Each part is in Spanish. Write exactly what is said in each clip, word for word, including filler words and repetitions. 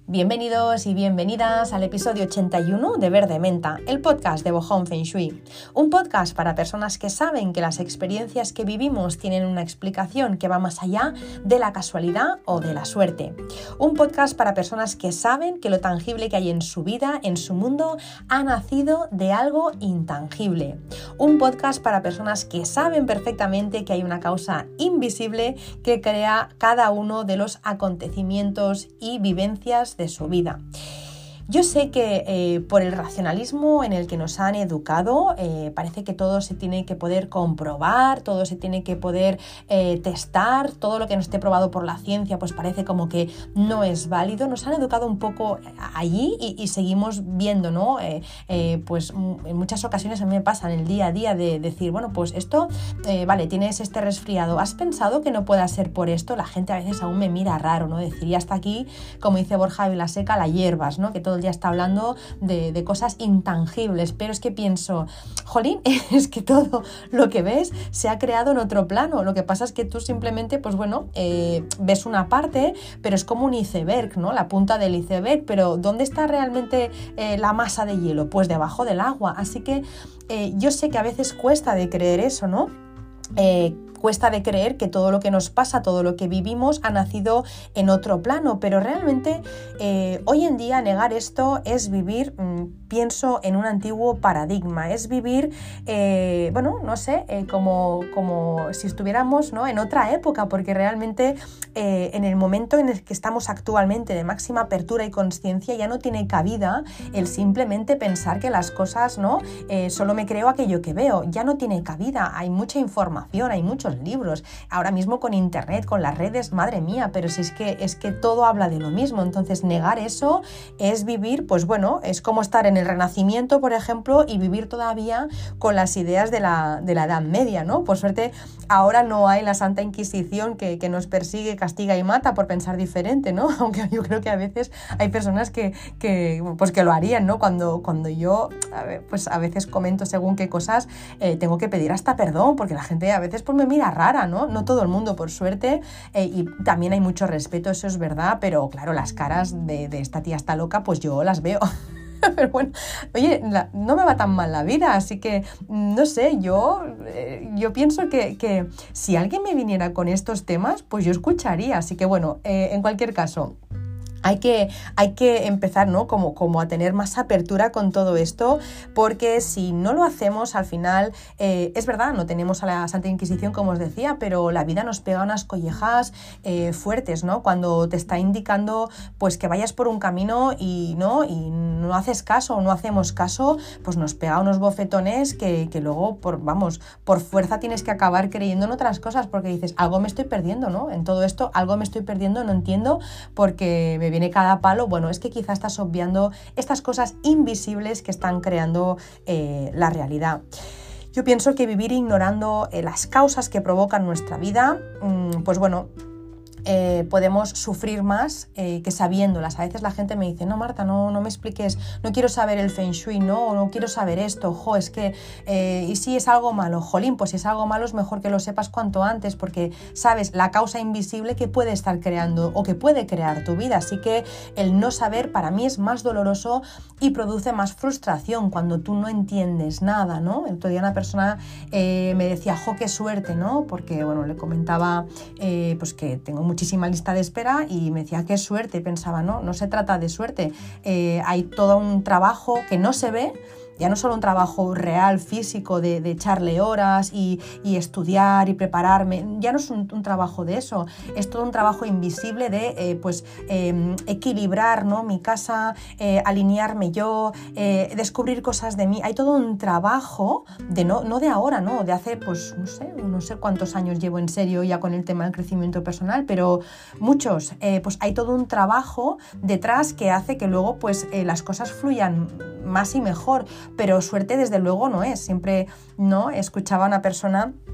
Bienvenidos y bienvenidas al episodio ochenta y uno de Verde Menta, el podcast de Bohong Feng Shui. Un podcast para personas que saben que las experiencias que vivimos tienen una explicación que va más allá de la casualidad o de la suerte. Un podcast para personas que saben que lo tangible que hay en su vida, en su mundo, ha nacido de algo intangible. Un podcast para personas que saben perfectamente que hay una causa invisible que crea cada uno de los acontecimientos y vivencias de su vida. Yo sé que eh, por el racionalismo en el que nos han educado, eh, parece que todo se tiene que poder comprobar, todo se tiene que poder eh, testar, todo lo que no esté probado por la ciencia pues parece como que no es válido. Nos han educado un poco allí y, y seguimos viendo, ¿no? Eh, eh, pues en muchas ocasiones a mí me pasa en el día a día de decir, bueno, pues esto, eh, vale, tienes este resfriado, ¿has pensado que no pueda ser por esto? La gente a veces aún me mira raro, ¿no? Decir, ya hasta aquí, como dice Borja Vilaseca, la hierbas, ¿no? Que todo ya está hablando de, de cosas intangibles, pero es que pienso, jolín, es que todo lo que ves se ha creado en otro plano. Lo que pasa es que tú simplemente, pues bueno, eh, ves una parte, pero es como un iceberg, ¿no? La punta del iceberg, pero ¿dónde está realmente eh, la masa de hielo? Pues debajo del agua. Así que eh, yo sé que a veces cuesta de creer eso, ¿no? Eh, Cuesta de creer que todo lo que nos pasa, todo lo que vivimos ha nacido en otro plano, pero realmente eh, hoy en día negar esto es vivir, mmm, pienso, en un antiguo paradigma, es vivir, eh, bueno, no sé, eh, como, como si estuviéramos, ¿no?, en otra época, porque realmente eh, en el momento en el que estamos actualmente de máxima apertura y consciencia ya no tiene cabida el simplemente pensar que las cosas, ¿no?, eh, solo me creo aquello que veo, ya no tiene cabida, hay mucha información, hay muchos libros, ahora mismo con internet, con las redes, madre mía, pero si es que, es que todo habla de lo mismo. Entonces negar eso es vivir, pues bueno, es como estar en el Renacimiento, por ejemplo, y vivir todavía con las ideas de la, de la Edad Media, ¿no? Por suerte ahora no hay la Santa Inquisición que, que nos persigue, castiga y mata por pensar diferente, ¿no? Aunque yo creo que a veces hay personas que, que, pues que lo harían, ¿no? Cuando, cuando yo, a ver, pues a veces comento según qué cosas, eh, tengo que pedir hasta perdón, porque la gente a veces pues me mira rara, ¿no? No todo el mundo, por suerte, eh, y también hay mucho respeto, eso es verdad, pero claro, las caras de, de esta tía está loca, pues yo las veo. Pero bueno, oye, la, no me va tan mal la vida, así que, no sé, yo, eh, yo pienso que, que si alguien me viniera con estos temas, pues yo escucharía, así que bueno, eh, en cualquier caso, Hay que, hay que empezar, ¿no?, como, como a tener más apertura con todo esto, porque si no lo hacemos, al final, eh, es verdad, no tenemos a la Santa Inquisición, como os decía, pero la vida nos pega unas collejas eh, fuertes, ¿no? Cuando te está indicando pues que vayas por un camino y no, y no haces caso o no hacemos caso, pues nos pega unos bofetones que, que luego, por, vamos, por fuerza tienes que acabar creyendo en otras cosas, porque dices, algo me estoy perdiendo, ¿no? En todo esto, algo me estoy perdiendo, no entiendo, porque me viene cada palo. Bueno, es que quizás estás obviando estas cosas invisibles que están creando eh, la realidad. Yo pienso que vivir ignorando eh, las causas que provocan nuestra vida, mmm, pues bueno, Eh, podemos sufrir más eh, que sabiéndolas. A veces la gente me dice, no, Marta, no, no me expliques, no quiero saber el Feng Shui, no, no quiero saber esto, jo, es que, eh, y si es algo malo, jolín, pues si es algo malo es mejor que lo sepas cuanto antes, porque sabes la causa invisible que puede estar creando o que puede crear tu vida, así que el no saber para mí es más doloroso y produce más frustración cuando tú no entiendes nada, ¿no? El otro día una persona eh, me decía, jo, qué suerte, ¿no? Porque, bueno, le comentaba eh, pues que tengo muchísima lista de espera y me decía, qué suerte, y pensaba, no, no se trata de suerte, eh, hay todo un trabajo que no se ve, ya no solo un trabajo real, físico, de, de echarle horas y, y estudiar y prepararme, ya no es un, un trabajo de eso, es todo un trabajo invisible de eh, pues, eh, equilibrar, ¿no?, mi casa, eh, alinearme yo, eh, descubrir cosas de mí. Hay todo un trabajo, de no, no de ahora, ¿no?, de hace, pues no sé, no sé cuántos años llevo en serio ya con el tema del crecimiento personal, pero muchos, eh, pues hay todo un trabajo detrás que hace que luego pues eh, las cosas fluyan más y mejor, pero suerte desde luego no es. Siempre no escuchaba a una persona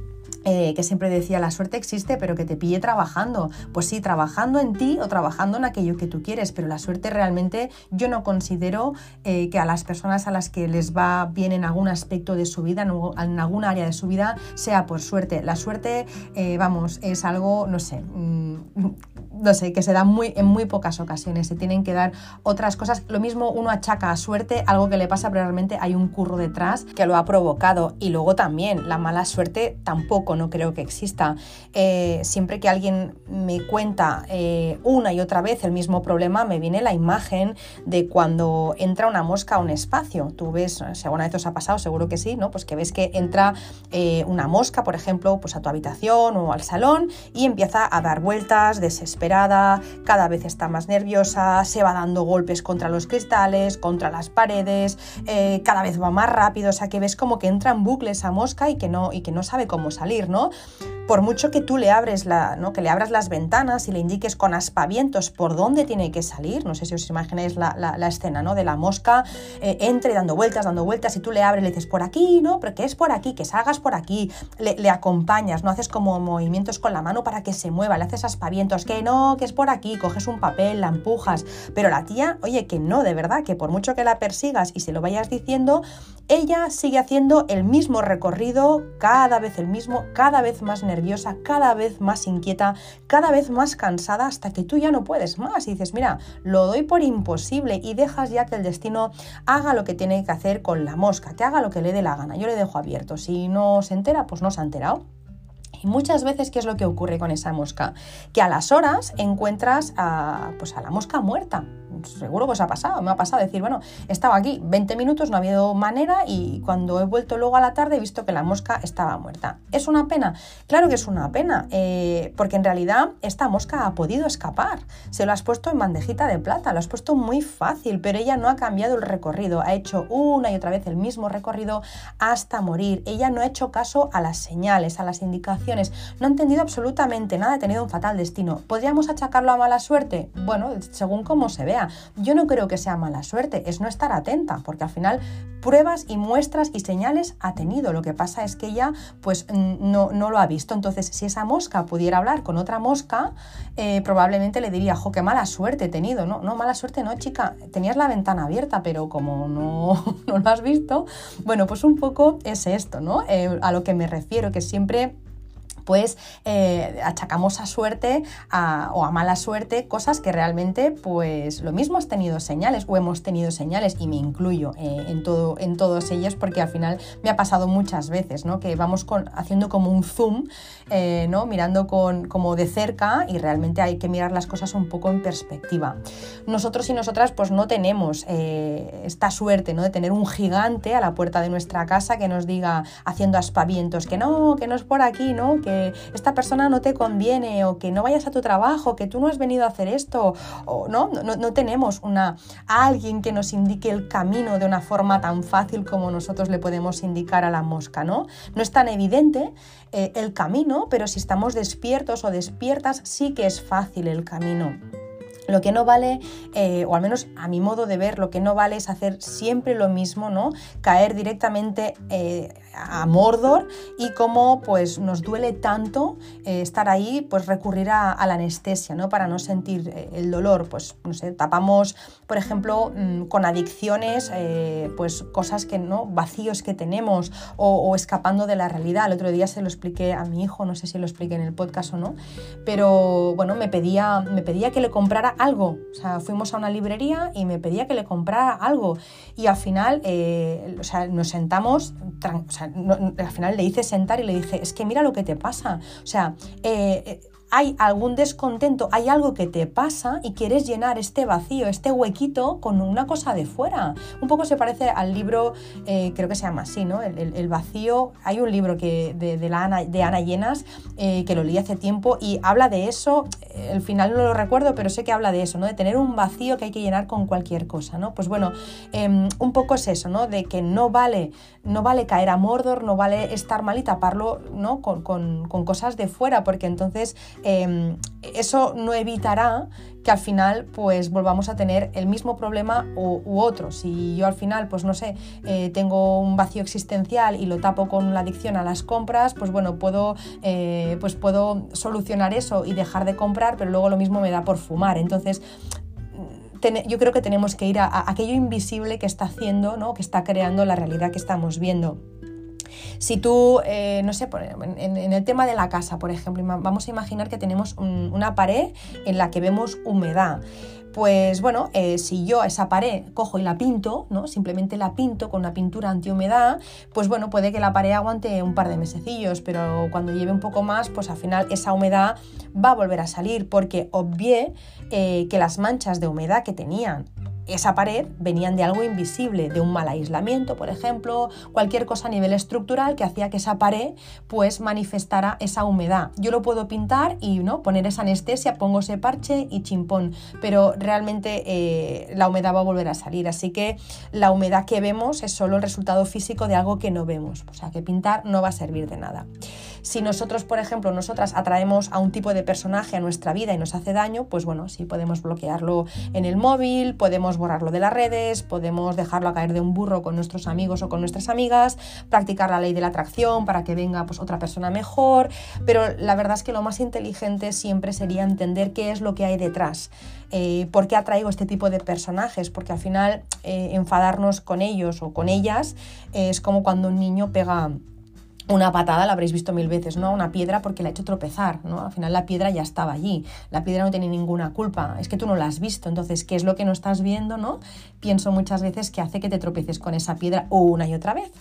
Eh, que siempre decía, la suerte existe, pero que te pille trabajando. Pues sí, trabajando en ti o trabajando en aquello que tú quieres, pero la suerte realmente yo no considero eh, que a las personas a las que les va bien en algún aspecto de su vida, en, en algún área de su vida, sea por suerte. La suerte, eh, vamos, es algo, no sé, mmm, no sé, que se da muy, en muy pocas ocasiones, se tienen que dar otras cosas. Lo mismo uno achaca a suerte algo que le pasa, pero realmente hay un curro detrás que lo ha provocado. Y luego también la mala suerte tampoco no creo que exista. Eh, siempre que alguien me cuenta eh, una y otra vez el mismo problema, me viene la imagen de cuando entra una mosca a un espacio. Tú ves, si alguna vez os ha pasado, seguro que sí, ¿no? Pues que ves que entra eh, una mosca, por ejemplo, pues a tu habitación o al salón y empieza a dar vueltas desesperada, cada vez está más nerviosa, se va dando golpes contra los cristales, contra las paredes, eh, cada vez va más rápido, o sea que ves como que entra en bucle esa mosca y que no, y que no sabe cómo salir, ¿no? Por mucho que tú le abres la, ¿no? que le abras las ventanas y le indiques con aspavientos por dónde tiene que salir, no sé si os imagináis la, la, la escena, ¿no? De la mosca eh, entre dando vueltas, dando vueltas y tú le abres, le dices por aquí, ¿no? Pero que es por aquí, que salgas por aquí, le, le acompañas, no haces como movimientos con la mano para que se mueva, le haces aspavientos, que no, que es por aquí, coges un papel, la empujas, pero la tía, oye, que no, de verdad, que por mucho que la persigas y se lo vayas diciendo, ella sigue haciendo el mismo recorrido, cada vez el mismo, cada vez más nerviosa, cada vez más inquieta, cada vez más cansada, hasta que tú ya no puedes más y dices, mira, lo doy por imposible y dejas ya que el destino haga lo que tiene que hacer con la mosca, que haga lo que le dé la gana, yo le dejo abierto, si no se entera, pues no se ha enterado. Y muchas veces, ¿qué es lo que ocurre con esa mosca? Que a las horas encuentras a, pues a la mosca muerta. Seguro que os ha pasado, me ha pasado decir, bueno, he estado aquí veinte minutos, no ha habido manera y cuando he vuelto luego a la tarde he visto que la mosca estaba muerta. ¿Es una pena? Claro que es una pena, eh, porque en realidad esta mosca ha podido escapar. Se lo has puesto en bandejita de plata, lo has puesto muy fácil, pero ella no ha cambiado el recorrido, ha hecho una y otra vez el mismo recorrido hasta morir. Ella no ha hecho caso a las señales, a las indicaciones, no ha entendido absolutamente nada, ha tenido un fatal destino. ¿Podríamos achacarlo a mala suerte? Bueno, según cómo se vea. Yo no creo que sea mala suerte, es no estar atenta, porque al final pruebas y muestras y señales ha tenido. Lo que pasa es que ella pues no, no lo ha visto. Entonces, si esa mosca pudiera hablar con otra mosca, eh, probablemente le diría, jo, qué mala suerte he tenido. No, no, mala suerte no, chica, tenías la ventana abierta, pero como no, no lo has visto, bueno, pues un poco es esto, ¿no? Eh, a lo que me refiero, que siempre pues eh, achacamos a suerte a, o a mala suerte cosas que realmente pues lo mismo has tenido señales o hemos tenido señales y me incluyo eh, en, todo, en todos ellos porque al final me ha pasado muchas veces, ¿no? Que vamos con, haciendo como un zoom, eh, ¿no? Mirando con, como de cerca y realmente hay que mirar las cosas un poco en perspectiva. Nosotros y nosotras pues no tenemos eh, esta suerte, ¿no? De tener un gigante a la puerta de nuestra casa que nos diga haciendo aspavientos que no, que no es por aquí, ¿no? Que esta persona no te conviene o que no vayas a tu trabajo, que tú no has venido a hacer esto, o no, no, no tenemos una, a alguien que nos indique el camino de una forma tan fácil como nosotros le podemos indicar a la mosca, ¿no? No es tan evidente eh, el camino, pero si estamos despiertos o despiertas, sí que es fácil el camino. Lo que no vale, eh, o al menos a mi modo de ver, lo que no vale es hacer siempre lo mismo, ¿no? Caer directamente eh, a Mordor y como pues nos duele tanto eh, estar ahí, pues recurrir a, a la anestesia, ¿no? Para no sentir eh, el dolor, pues no sé, tapamos, por ejemplo, mmm, con adicciones, eh, pues cosas que, ¿no? Vacíos que tenemos o, o escapando de la realidad. El otro día se lo expliqué a mi hijo, no sé si lo expliqué en el podcast o no, pero bueno, me pedía, me pedía que le comprara algo, o sea, fuimos a una librería y me pedía que le comprara algo y al final, eh, o sea, nos sentamos, o sea, no, al final le hice sentar y le dije, es que mira lo que te pasa, o sea, eh, hay algún descontento, hay algo que te pasa y quieres llenar este vacío, este huequito con una cosa de fuera. Un poco se parece al libro, eh, creo que se llama así, ¿no? El, el, el vacío. Hay un libro que, de, de, la Ana, de Ana Llenas eh, que lo leí hace tiempo y habla de eso. El final no lo recuerdo, pero sé que habla de eso, ¿no? De tener un vacío que hay que llenar con cualquier cosa, ¿no? Pues bueno, eh, un poco es eso, ¿no? De que no vale, no vale caer a Mordor, no vale estar mal y taparlo, ¿no? Con, con, con cosas de fuera, porque entonces eh, eso no evitará que al final pues volvamos a tener el mismo problema u, u otro. Si yo al final pues no sé, eh, tengo un vacío existencial y lo tapo con la adicción a las compras, pues bueno, puedo, eh, pues puedo solucionar eso y dejar de comprar, pero luego lo mismo me da por fumar. Entonces yo creo que tenemos que ir a, a aquello invisible que está haciendo, ¿no? Que está creando la realidad que estamos viendo. Si tú, eh, no sé, en, en el tema de la casa, por ejemplo, vamos a imaginar que tenemos un, una pared en la que vemos humedad. Pues bueno, eh, si yo a esa pared cojo y la pinto, ¿no? Simplemente la pinto con una pintura antihumedad, pues bueno, puede que la pared aguante un par de mesecillos, pero cuando lleve un poco más, pues al final esa humedad va a volver a salir, porque obvié eh, que las manchas de humedad que tenían esa pared venían de algo invisible, de un mal aislamiento, por ejemplo, cualquier cosa a nivel estructural que hacía que esa pared pues manifestara esa humedad. Yo lo puedo pintar y ¿no? poner esa anestesia, pongo ese parche y chimpón, pero realmente eh, la humedad va a volver a salir, así que la humedad que vemos es solo el resultado físico de algo que no vemos, o sea que pintar no va a servir de nada. Si nosotros, por ejemplo, nosotras atraemos a un tipo de personaje a nuestra vida y nos hace daño, pues bueno, sí podemos bloquearlo en el móvil, podemos borrarlo de las redes, podemos dejarlo a caer de un burro con nuestros amigos o con nuestras amigas, practicar la ley de la atracción para que venga pues, otra persona mejor, pero la verdad es que lo más inteligente siempre sería entender qué es lo que hay detrás, eh, por qué atraigo este tipo de personajes, porque al final eh, enfadarnos con ellos o con ellas eh, es como cuando un niño pega una patada, la habréis visto mil veces, ¿no? Una piedra porque la ha hecho tropezar, ¿no? Al final la piedra ya estaba allí, la piedra no tiene ninguna culpa, es que tú no la has visto, entonces, ¿qué es lo que no estás viendo, no? Pienso muchas veces que hace que te tropieces con esa piedra una y otra vez.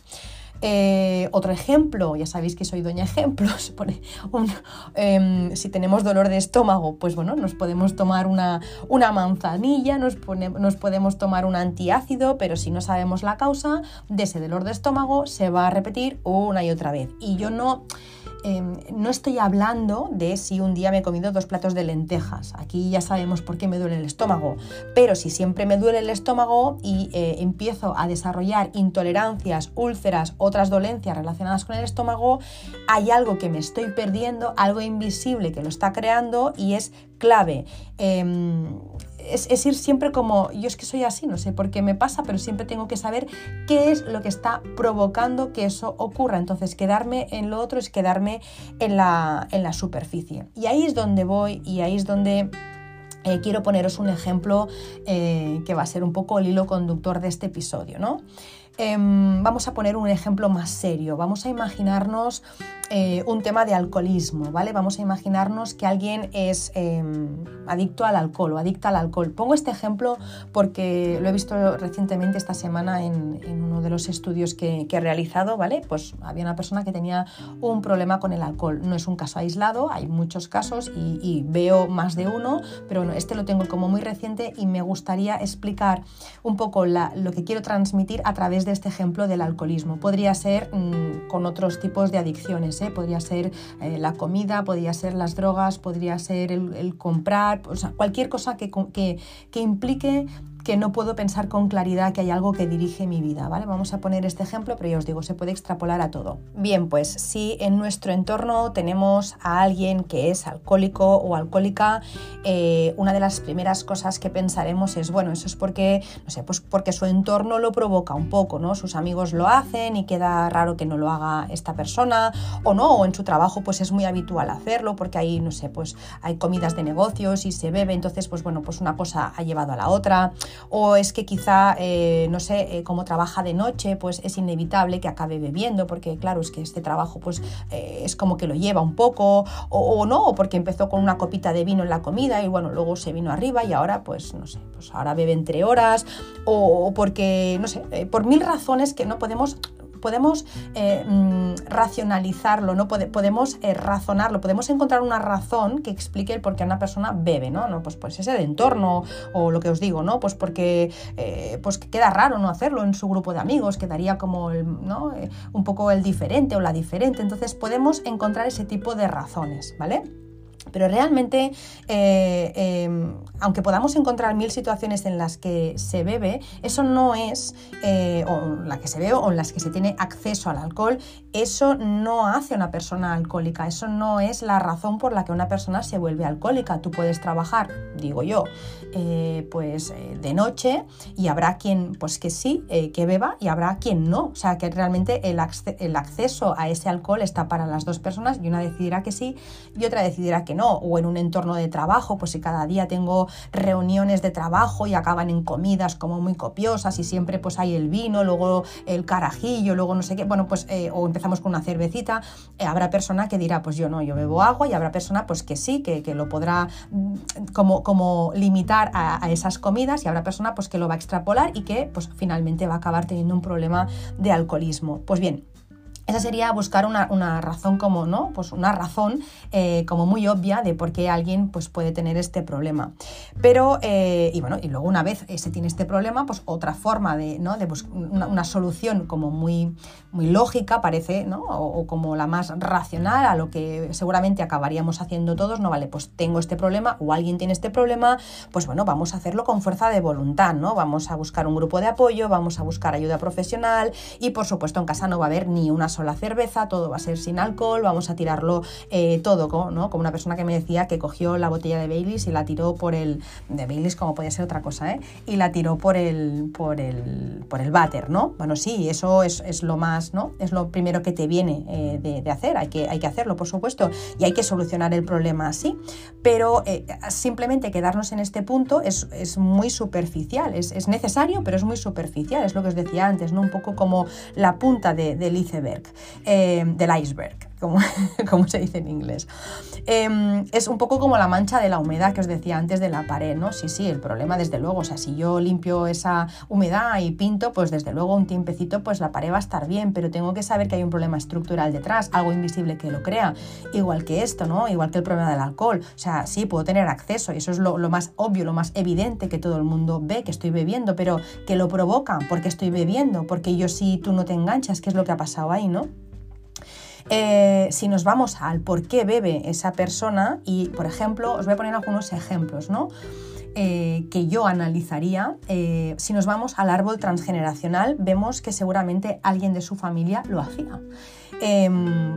Eh, otro ejemplo, ya sabéis que soy doña ejemplos, pone un, eh, si tenemos dolor de estómago, pues bueno, nos podemos tomar una, una manzanilla, nos, pone, nos podemos tomar un antiácido, pero si no sabemos la causa de ese dolor de estómago, se va a repetir una y otra vez. Y yo no... Eh, no estoy hablando de si un día me he comido dos platos de lentejas, aquí ya sabemos por qué me duele el estómago, pero si siempre me duele el estómago y eh, empiezo a desarrollar intolerancias, úlceras, otras dolencias relacionadas con el estómago, hay algo que me estoy perdiendo, algo invisible que lo está creando y es clave. Eh, Es, es ir siempre como, yo es que soy así, no sé por qué me pasa, pero siempre tengo que saber qué es lo que está provocando que eso ocurra. Entonces, quedarme en lo otro es quedarme en la, en la superficie. Y ahí es donde voy y ahí es donde eh, quiero poneros un ejemplo eh, que va a ser un poco el hilo conductor de este episodio, ¿no? Eh, vamos a poner un ejemplo más serio. Vamos a imaginarnos eh, un tema de alcoholismo, ¿vale? Vamos a imaginarnos que alguien es eh, adicto al alcohol o adicta al alcohol. Pongo este ejemplo porque lo he visto recientemente esta semana en, en uno de los estudios que, que he realizado, ¿vale? Pues había una persona que tenía un problema con el alcohol. No es un caso aislado, hay muchos casos y, y veo más de uno, pero bueno, este lo tengo como muy reciente y me gustaría explicar un poco la, lo que quiero transmitir a través de este ejemplo del alcoholismo. Podría ser mmm, con otros tipos de adicciones, ¿eh? Podría ser eh, la comida, podría ser las drogas, podría ser el, el comprar, o sea, cualquier cosa que, que, que implique que no puedo pensar con claridad que hay algo que dirige mi vida, ¿vale? Vamos a poner este ejemplo, pero ya os digo, se puede extrapolar a todo. Bien, pues si en nuestro entorno tenemos a alguien que es alcohólico o alcohólica, eh, una de las primeras cosas que pensaremos es, bueno, eso es porque, no sé, pues porque su entorno lo provoca un poco, ¿no? Sus amigos lo hacen y queda raro que no lo haga esta persona, o no, o en su trabajo pues es muy habitual hacerlo porque hay, no sé, pues hay comidas de negocios y se bebe, entonces pues bueno, pues una cosa ha llevado a la otra. O es que quizá, eh, no sé, eh, como trabaja de noche, pues es inevitable que acabe bebiendo, porque claro, es que este trabajo pues eh, es como que lo lleva un poco, o, o no, o porque empezó con una copita de vino en la comida y bueno, luego se vino arriba y ahora pues, no sé, pues ahora bebe entre horas, o, o porque, no sé, eh, por mil razones que no podemos... podemos eh, racionalizarlo, ¿no? Pode, podemos eh, razonarlo, podemos encontrar una razón que explique el por qué una persona bebe, ¿no? ¿no? Pues, pues es el entorno o lo que os digo, ¿no? Pues porque eh, pues queda raro no hacerlo en su grupo de amigos, quedaría como el, ¿no? eh, un poco el diferente o la diferente, entonces podemos encontrar ese tipo de razones, ¿vale? Pero realmente, eh, eh, aunque podamos encontrar mil situaciones en las que se bebe, eso no es, eh, o en la que se bebe o en las que se tiene acceso al alcohol, eso no hace una persona alcohólica, eso no es la razón por la que una persona se vuelve alcohólica. Tú puedes trabajar, digo yo, eh, pues eh, de noche y habrá quien pues que sí, eh, que beba y habrá quien no. O sea, que realmente el, acce- el acceso a ese alcohol está para las dos personas y una decidirá que sí y otra decidirá que no. O en un entorno de trabajo, pues si cada día tengo reuniones de trabajo y acaban en comidas como muy copiosas y siempre pues hay el vino, luego el carajillo, luego no sé qué, bueno pues eh, o empezamos con una cervecita, eh, habrá persona que dirá pues yo no, yo bebo agua y habrá persona pues que sí, que, que lo podrá mm, como, como limitar a, a esas comidas y habrá persona pues que lo va a extrapolar y que pues finalmente va a acabar teniendo un problema de alcoholismo. Pues bien, esa sería buscar una, una razón como, ¿no? Pues una razón eh, como muy obvia de por qué alguien pues, puede tener este problema. Pero, eh, y bueno, y luego una vez se tiene este problema, pues otra forma de, ¿no? de buscar una, una solución como muy, muy lógica, parece, ¿no? O, o como la más racional a lo que seguramente acabaríamos haciendo todos, no vale, pues tengo este problema o alguien tiene este problema, pues bueno, vamos a hacerlo con fuerza de voluntad, ¿no? Vamos a buscar un grupo de apoyo, vamos a buscar ayuda profesional y por supuesto en casa no va a haber ni una sola cerveza, todo va a ser sin alcohol, vamos a tirarlo eh, todo, ¿no? Como una persona que me decía que cogió la botella de Baileys y la tiró por el, de Baileys como podía ser otra cosa, ¿eh? Y la tiró por el, por el, por el váter, ¿no? Bueno, sí, eso es, es lo más, ¿no? Es lo primero que te viene eh, de, de hacer, hay que, hay que hacerlo, por supuesto, y hay que solucionar el problema así, pero eh, simplemente quedarnos en este punto es, es muy superficial, es, es necesario, pero es muy superficial, es lo que os decía antes, ¿no? Un poco como la punta de, del iceberg. Eh, del iceberg, como, como se dice en inglés. Eh, es un poco como la mancha de la humedad que os decía antes de la pared, ¿no? Sí, sí, el problema desde luego, o sea, si yo limpio esa humedad y pinto, pues desde luego un tiempecito pues la pared va a estar bien, pero tengo que saber que hay un problema estructural detrás, algo invisible que lo crea, igual que esto, ¿no? Igual que el problema del alcohol, o sea, sí, puedo tener acceso y eso es lo, lo más obvio, lo más evidente que todo el mundo ve, que estoy bebiendo, pero que lo provoca, porque estoy bebiendo, porque yo si tú no te enganchas, ¿qué es lo que ha pasado ahí, no? Eh, si nos vamos al por qué bebe esa persona y, por ejemplo, os voy a poner algunos ejemplos, ¿no? Eh, que yo analizaría, eh, si nos vamos al árbol transgeneracional, vemos que seguramente alguien de su familia lo hacía. Eh,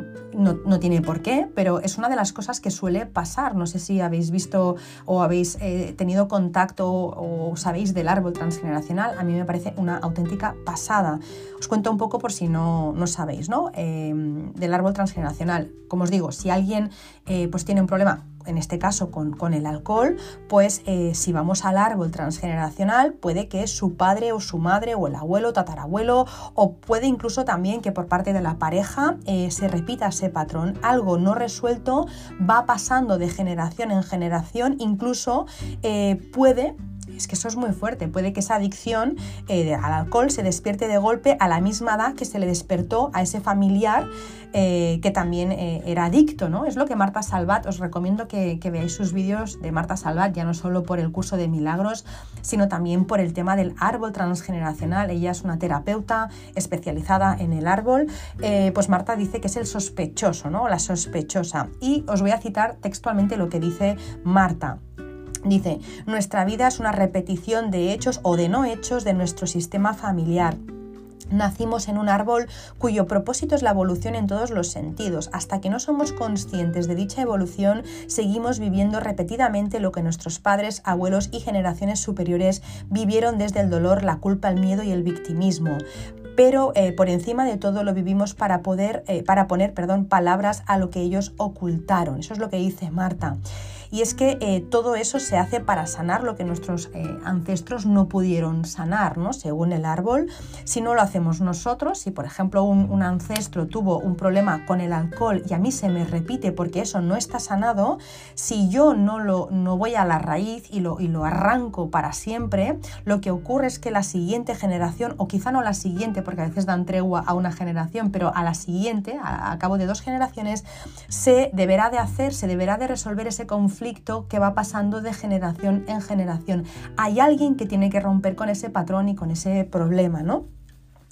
no, no tiene por qué, pero es una de las cosas que suele pasar. No sé si habéis visto o habéis eh, tenido contacto o, o sabéis del árbol transgeneracional. A mí me parece una auténtica pasada. Os cuento un poco por si no, no sabéis, ¿no? Eh, del árbol transgeneracional. Como os digo, si alguien eh, pues tiene un problema, en este caso con, con el alcohol, pues eh, si vamos al árbol transgeneracional puede que su padre o su madre o el abuelo, tatarabuelo, o puede incluso también que por parte de la pareja eh, se repita ese patrón, algo no resuelto va pasando de generación en generación, incluso eh, puede... Es que eso es muy fuerte, puede que esa adicción eh, al alcohol se despierte de golpe a la misma edad que se le despertó a ese familiar eh, que también eh, era adicto, ¿no? Es lo que Marta Salvat, os recomiendo que, que veáis sus vídeos de Marta Salvat, ya no solo por el curso de milagros, sino también por el tema del árbol transgeneracional. Ella es una terapeuta especializada en el árbol, eh, pues Marta dice que es el sospechoso, ¿no? La sospechosa. Y os voy a citar textualmente lo que dice Marta. Dice, nuestra vida es una repetición de hechos o de no hechos de nuestro sistema familiar. Nacimos en un árbol cuyo propósito es la evolución en todos los sentidos. Hasta que no somos conscientes de dicha evolución, seguimos viviendo repetidamente lo que nuestros padres, abuelos y generaciones superiores vivieron desde el dolor, la culpa, el miedo y el victimismo. Pero eh, por encima de todo lo vivimos para poder, eh, para poner, perdón, palabras a lo que ellos ocultaron. Eso es lo que dice Marta. Y es que eh, todo eso se hace para sanar lo que nuestros eh, ancestros no pudieron sanar, ¿no? Según el árbol. Si no lo hacemos nosotros, si por ejemplo un, un ancestro tuvo un problema con el alcohol y a mí se me repite porque eso no está sanado, si yo no, lo, no voy a la raíz y lo, y lo arranco para siempre, lo que ocurre es que la siguiente generación, o quizá no la siguiente, porque a veces dan tregua a una generación, pero a la siguiente, a, a cabo de dos generaciones, se deberá de hacer, se deberá de resolver ese conflicto que va pasando de generación en generación. Hay alguien que tiene que romper con ese patrón y con ese problema, ¿no?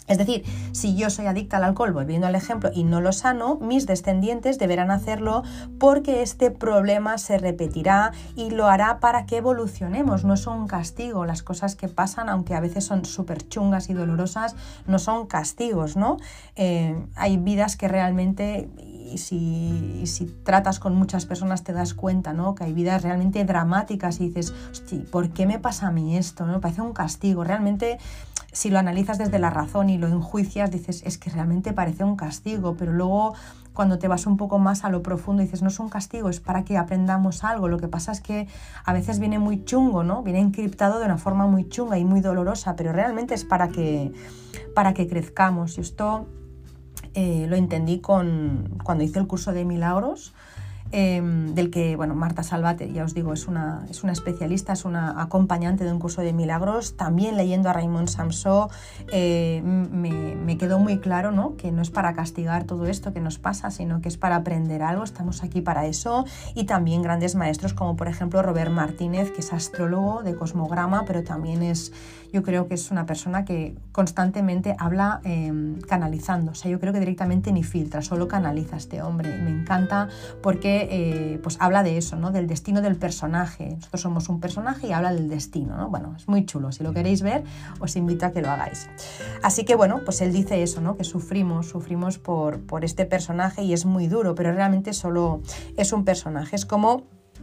Es decir, si yo soy adicta al alcohol, volviendo al ejemplo, y no lo sano, mis descendientes deberán hacerlo porque este problema se repetirá y lo hará para que evolucionemos. No es un castigo. Las cosas que pasan, aunque a veces son súper chungas y dolorosas, no son castigos, ¿no? Eh, hay vidas que realmente, y si, y si tratas con muchas personas te das cuenta, ¿no? Que hay vidas realmente dramáticas y dices, hostia, ¿por qué me pasa a mí esto? ¿No? Parece un castigo. Realmente, si lo analizas desde la razón y lo enjuicias, dices, es que realmente parece un castigo, pero luego cuando te vas un poco más a lo profundo dices, no es un castigo, es para que aprendamos algo. Lo que pasa es que a veces viene muy chungo, ¿no? Viene encriptado de una forma muy chunga y muy dolorosa, pero realmente es para que, para que crezcamos. Y esto eh, lo entendí con, cuando hice el curso de milagros, Eh, del que, bueno, Marta Salvat, ya os digo, es una, es una especialista, es una acompañante de un curso de milagros. También leyendo a Raymond Samson eh, me, me quedó muy claro, ¿no? Que no es para castigar todo esto que nos pasa, sino que es para aprender algo, estamos aquí para eso. Y también grandes maestros como por ejemplo Robert Martínez, que es astrólogo de cosmograma, pero también es, yo creo que es una persona que constantemente habla eh, canalizando. O sea, yo creo que directamente ni filtra, solo canaliza este hombre. Y me encanta porque Eh, pues habla de eso, ¿no? Del destino del personaje. Nosotros somos un personaje y habla del destino, ¿no? Bueno, es muy chulo. Si lo queréis ver, os invito a que lo hagáis. Así que bueno, pues él dice eso, ¿no? Que sufrimos, sufrimos por, por este personaje y es muy duro, pero realmente solo es un personaje. Es como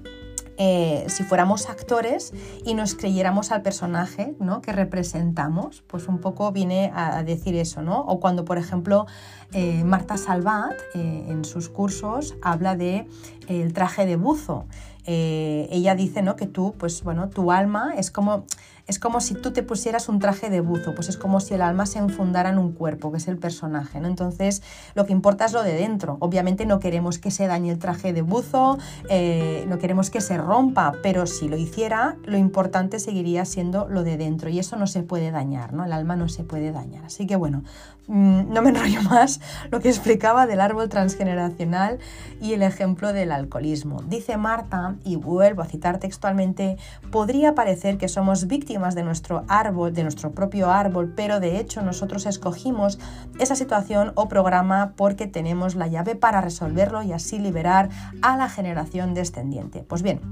Eh, si fuéramos actores y nos creyéramos al personaje, ¿no? Que representamos, pues un poco viene a decir eso, ¿no? O cuando, por ejemplo, eh, Marta Salvat eh, en sus cursos habla de eh, el traje de buzo. Eh, ella dice, ¿no? Que tú, pues bueno, tu alma es como, es como si tú te pusieras un traje de buzo, pues es como si el alma se enfundara en un cuerpo, que es el personaje, ¿no? Entonces, lo que importa es lo de dentro. Obviamente no queremos que se dañe el traje de buzo, eh, no queremos que se rompa, pero si lo hiciera, lo importante seguiría siendo lo de dentro y eso no se puede dañar, ¿no? El alma no se puede dañar. Así que bueno, mmm, no me enrollo más, lo que explicaba del árbol transgeneracional y el ejemplo del alcoholismo. Dice Marta, y vuelvo a citar textualmente, podría parecer que somos víctimas de nuestro árbol, de nuestro propio árbol, pero de hecho nosotros escogimos esa situación o programa porque tenemos la llave para resolverlo y así liberar a la generación descendiente. Pues bien,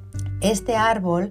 este árbol,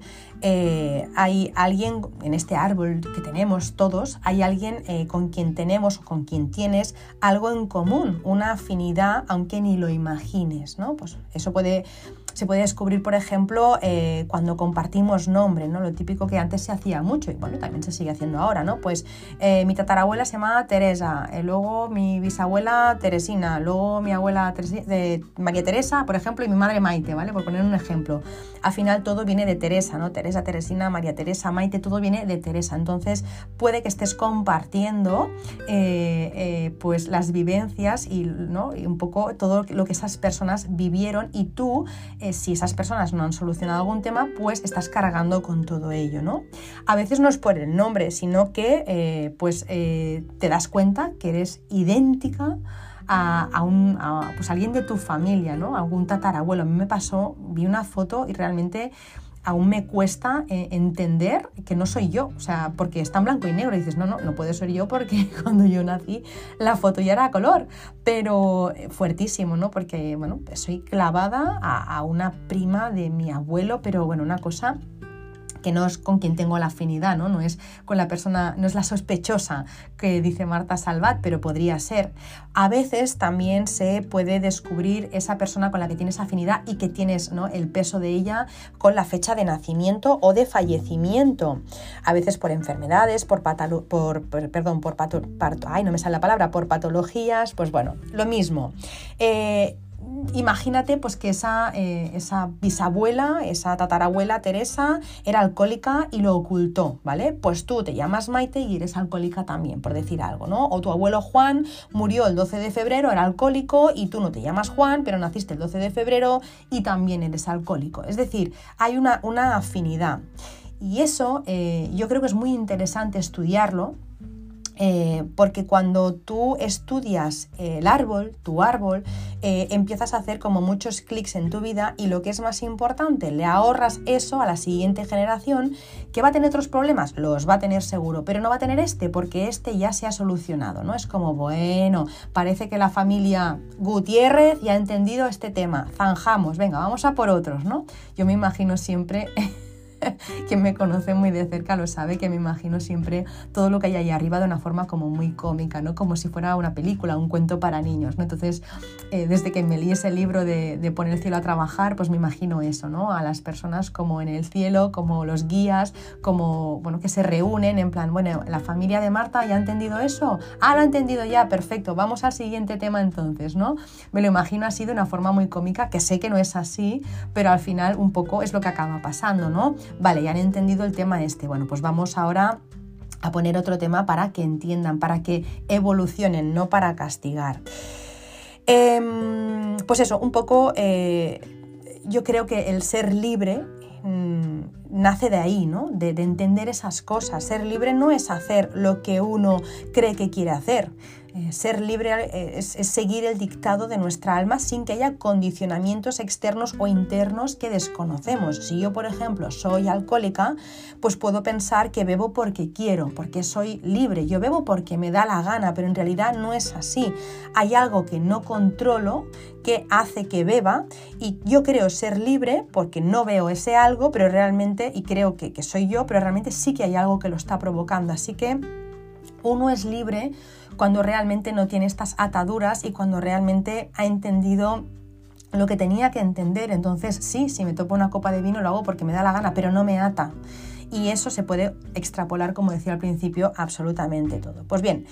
eh, hay alguien, en este árbol que tenemos todos, hay alguien eh, con quien tenemos o con quien tienes algo en común, una afinidad, aunque ni lo imagines, ¿no? Pues eso puede... Se puede descubrir, por ejemplo, eh, cuando compartimos nombre, ¿no? Lo típico que antes se hacía mucho y bueno, también se sigue haciendo ahora, ¿no? Pues eh, mi tatarabuela se llama Teresa, eh, luego mi bisabuela Teresina, luego mi abuela Teresi- de María Teresa, por ejemplo, y mi madre Maite, ¿vale? Por poner un ejemplo. Al final todo viene de Teresa, ¿no? Teresa, Teresina, María Teresa, Maite, todo viene de Teresa. Entonces puede que estés compartiendo eh, eh, pues las vivencias y, ¿no? y un poco todo lo que esas personas vivieron y tú, Eh, si esas personas no han solucionado algún tema, pues estás cargando con todo ello, ¿no? A veces no es por el nombre, sino que eh, pues, eh, te das cuenta que eres idéntica a, a, un, a pues, alguien de tu familia, ¿no? Algún tatarabuelo. A mí me pasó, vi una foto y realmente aún me cuesta eh, entender que no soy yo, o sea, porque está en blanco y negro y dices, no, no, no puede ser yo porque cuando yo nací la foto ya era a color, pero fuertísimo, ¿no? Porque, bueno, soy clavada a, a una prima de mi abuelo, pero bueno, una cosa que no es con quien tengo la afinidad, ¿no? No es con la persona, no es la sospechosa que dice Marta Salvat, pero podría ser. A veces también se puede descubrir esa persona con la que tienes afinidad y que tienes, ¿no? el peso de ella con la fecha de nacimiento o de fallecimiento. A veces por enfermedades, por, patalo, por, por perdón, por pato, parto, ay, no me sale la palabra, por patologías, pues bueno, lo mismo. Eh, Imagínate pues que esa, eh, esa bisabuela, esa tatarabuela Teresa era alcohólica y lo ocultó, ¿vale? Pues tú te llamas Maite y eres alcohólica también, por decir algo, ¿no? O tu abuelo Juan murió el doce de febrero, era alcohólico y tú no te llamas Juan, pero naciste el doce de febrero y también eres alcohólico. Es decir, hay una, una afinidad. Y eso eh, yo creo que es muy interesante estudiarlo, Eh, porque cuando tú estudias el árbol, tu árbol, eh, empiezas a hacer como muchos clics en tu vida y lo que es más importante, le ahorras eso a la siguiente generación que va a tener otros problemas, los va a tener seguro, pero no va a tener este porque este ya se ha solucionado, ¿no? Es como, bueno, parece que la familia Gutiérrez ya ha entendido este tema, zanjamos, venga, vamos a por otros, ¿no? Yo me imagino siempre... Quien me conoce muy de cerca lo sabe, que me imagino siempre todo lo que hay ahí arriba de una forma como muy cómica, ¿no? Como si fuera una película, un cuento para niños, ¿no? Entonces, eh, desde que me leí ese libro de, de Poner el cielo a trabajar, pues me imagino eso, ¿no? A las personas como en el cielo, como los guías, como, bueno, que se reúnen en plan, bueno, la familia de Marta ya ha entendido eso, ah, lo ha entendido ya, perfecto, vamos al siguiente tema entonces, ¿no? Me lo imagino así de una forma muy cómica, que sé que no es así, pero al final un poco es lo que acaba pasando, ¿no? Vale, ya han entendido el tema este. Bueno, pues vamos ahora a poner otro tema para que entiendan, para que evolucionen, no para castigar. Eh, pues eso, un poco, eh, yo creo que el ser libre mmm, nace de ahí, ¿no? De, de entender esas cosas. Ser libre no es hacer lo que uno cree que quiere hacer. Eh, ser libre es, es seguir el dictado de nuestra alma sin que haya condicionamientos externos o internos que desconocemos. Si yo, por ejemplo, soy alcohólica, pues puedo pensar que bebo porque quiero, porque soy libre. Yo bebo porque me da la gana, pero en realidad no es así. Hay algo que no controlo que hace que beba y yo creo ser libre porque no veo ese algo, pero realmente, y creo que, que soy yo, pero realmente sí que hay algo que lo está provocando. Así que uno es libre cuando realmente no tiene estas ataduras y cuando realmente ha entendido lo que tenía que entender. Entonces sí, si me topo una copa de vino lo hago porque me da la gana, pero no me ata. Y eso se puede extrapolar, como decía al principio, absolutamente todo. Pues bien,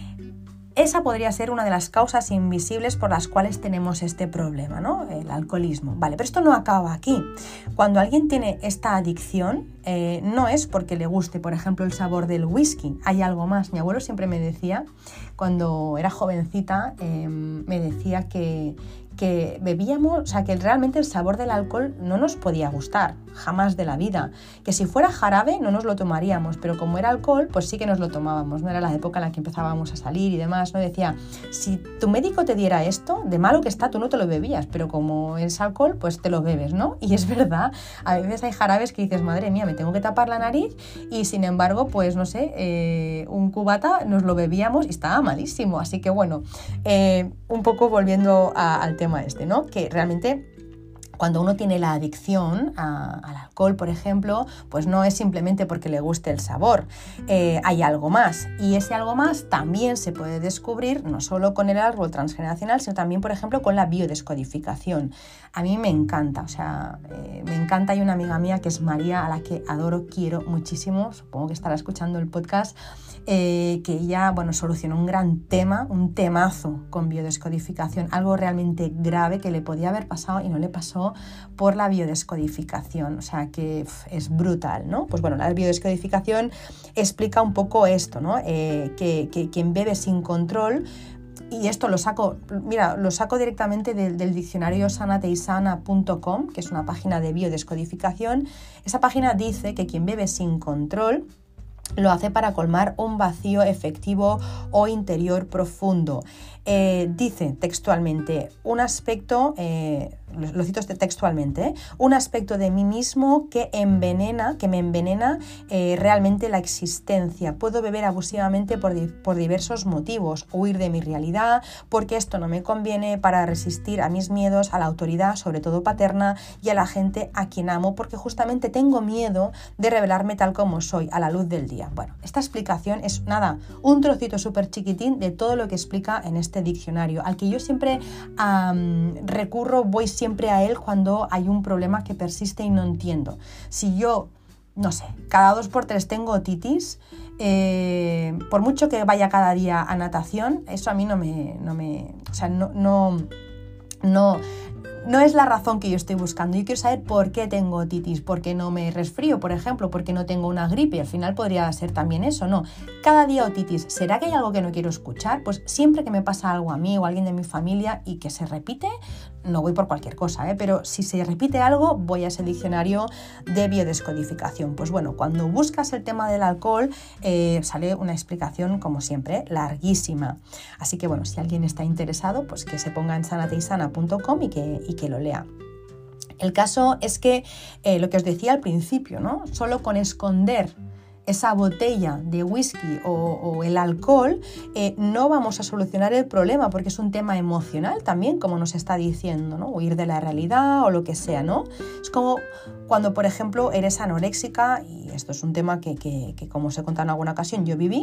esa podría ser una de las causas invisibles por las cuales tenemos este problema, ¿no? El alcoholismo. Vale, pero esto no acaba aquí. Cuando alguien tiene esta adicción, eh, no es porque le guste, por ejemplo, el sabor del whisky. Hay algo más. Mi abuelo siempre me decía, cuando era jovencita, eh, me decía que... que bebíamos, o sea, que realmente el sabor del alcohol no nos podía gustar, jamás de la vida. Que si fuera jarabe no nos lo tomaríamos, pero como era alcohol, pues sí que nos lo tomábamos, ¿no? Era la época en la que empezábamos a salir y demás, ¿no? Decía, si tu médico te diera esto, de malo que está, tú no te lo bebías, pero como es alcohol, pues te lo bebes, ¿no? Y es verdad, a veces hay jarabes que dices, madre mía, me tengo que tapar la nariz y sin embargo, pues no sé, eh, un cubata nos lo bebíamos y estaba malísimo. Así que bueno, eh, un poco volviendo a, al tema este, ¿no? Que realmente cuando uno tiene la adicción a, al alcohol, por ejemplo, pues no es simplemente porque le guste el sabor, eh, hay algo más. Y ese algo más también se puede descubrir no solo con el árbol transgeneracional, sino también, por ejemplo, con la biodescodificación. A mí me encanta, o sea, eh, me encanta. Hay una amiga mía que es María, a la que adoro, quiero muchísimo, supongo que estará escuchando el podcast, eh, que ella, bueno, solucionó un gran tema, un temazo con biodescodificación, algo realmente grave que le podía haber pasado y no le pasó por la biodescodificación, o sea que pff, es brutal, ¿no? Pues bueno, la biodescodificación explica un poco esto, ¿no? Eh, que, que quien bebe sin control, y esto lo saco, mira, lo saco directamente del, del diccionario sanateisana punto com, que es una página de biodescodificación. Esa página dice que quien bebe sin control lo hace para colmar un vacío efectivo o interior profundo. Eh, dice textualmente, un aspecto, eh, lo, lo cito textualmente, ¿eh? un aspecto de mí mismo que envenena, que me envenena eh, realmente la existencia. Puedo beber abusivamente por, di- por diversos motivos, huir de mi realidad, porque esto no me conviene, para resistir a mis miedos, a la autoridad, sobre todo paterna, y a la gente a quien amo, porque justamente tengo miedo de revelarme tal como soy, a la luz del día. Bueno, esta explicación es nada, un trocito súper chiquitín de todo lo que explica en este diccionario, al que yo siempre um, recurro, voy siempre a él cuando hay un problema que persiste y no entiendo. Si yo, no sé, cada dos por tres tengo otitis, eh, por mucho que vaya cada día a natación, eso a mí no me, no me, o sea, no, no, no, no es la razón que yo estoy buscando. Yo quiero saber por qué tengo otitis, por qué no me resfrío, por ejemplo, por qué no tengo una gripe. Al final podría ser también eso, ¿no? Cada día otitis. ¿Será que hay algo que no quiero escuchar? Pues siempre que me pasa algo a mí o a alguien de mi familia y que se repite, no voy por cualquier cosa, ¿eh? Pero si se repite algo, voy a ese diccionario de biodescodificación. Pues bueno, cuando buscas el tema del alcohol, eh, sale una explicación, como siempre, larguísima. Así que bueno, si alguien está interesado, pues que se ponga en sanateysana punto com y que, y que lo lea. El caso es que, eh, lo que os decía al principio, ¿no? Solo con esconder esa botella de whisky o, o el alcohol, eh, no vamos a solucionar el problema, porque es un tema emocional también, como nos está diciendo, ¿no? Huir de la realidad o lo que sea, ¿no? Es como cuando, por ejemplo, eres anoréxica, y esto es un tema que, que, que como os he contado en alguna ocasión, yo viví,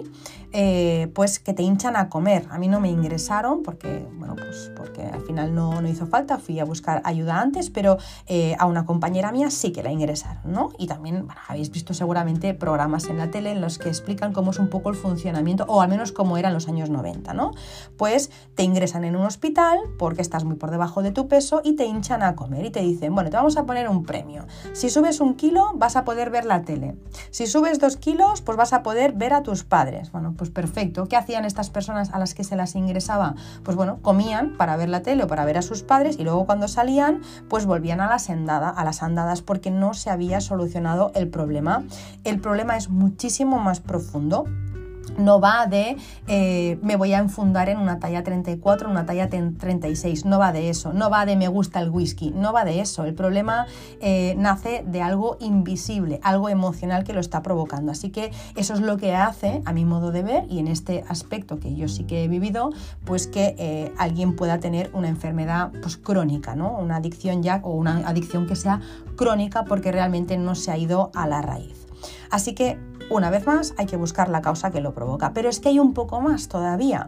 eh, pues que te hinchan a comer. A mí no me ingresaron porque, bueno, pues porque al final no, no hizo falta, fui a buscar ayuda antes, pero eh, a una compañera mía sí que la ingresaron, ¿no? Y también, bueno, habéis visto seguramente programas en la tele en los que explican cómo es un poco el funcionamiento, o al menos cómo era en los años noventa, ¿no? Pues te ingresan en un hospital porque estás muy por debajo de tu peso y te hinchan a comer y te dicen, bueno, te vamos a poner un premio. Si subes un kilo vas a poder ver la tele. Si subes dos kilos, pues vas a poder ver a tus padres. Bueno, pues perfecto. ¿Qué hacían estas personas a las que se las ingresaba? Pues bueno, comían para ver la tele o para ver a sus padres, y luego cuando salían, pues volvían a las andadas, a las andadas porque no se había solucionado el problema. El problema es muchísimo más profundo. No va de eh, me voy a enfundar en una talla treinta y cuatro, en una talla treinta y seis, no va de eso, no va de me gusta el whisky, no va de eso. El problema eh, nace de algo invisible, algo emocional que lo está provocando. Así que eso es lo que hace, a mi modo de ver, y en este aspecto que yo sí que he vivido, pues que eh, alguien pueda tener una enfermedad pues crónica, ¿no? Una adicción ya, o una adicción que sea crónica porque realmente no se ha ido a la raíz. Así que, una vez más, hay que buscar la causa que lo provoca. Pero es que hay un poco más todavía.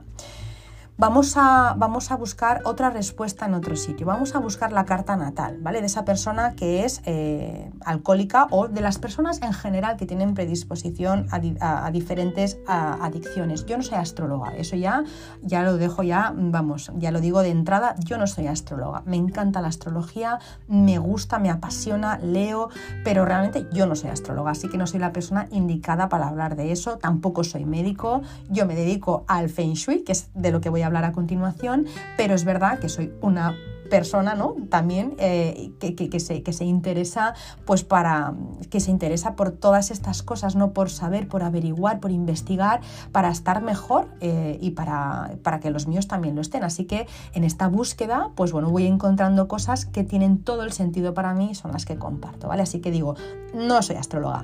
Vamos a, vamos a buscar otra respuesta en otro sitio. Vamos a buscar la carta natal, ¿vale? De esa persona que es eh, alcohólica, o de las personas en general que tienen predisposición a, a, a diferentes a, adicciones. Yo no soy astróloga, eso ya, ya lo dejo ya, vamos, ya lo digo de entrada, yo no soy astróloga. Me encanta la astrología, me gusta, me apasiona, leo, pero realmente yo no soy astróloga, así que no soy la persona indicada para hablar de eso. Tampoco soy médico, yo me dedico al Feng Shui, que es de lo que voy a hablar a continuación, pero es verdad que soy una persona, ¿no? También eh, que, que, que, se, que se interesa, pues para que se interesa por todas estas cosas, ¿no? Por saber, por averiguar, por investigar, para estar mejor eh, y para, para que los míos también lo estén. Así que en esta búsqueda, pues bueno, voy encontrando cosas que tienen todo el sentido para mí, son las que comparto, ¿vale? Así que digo, no soy astróloga,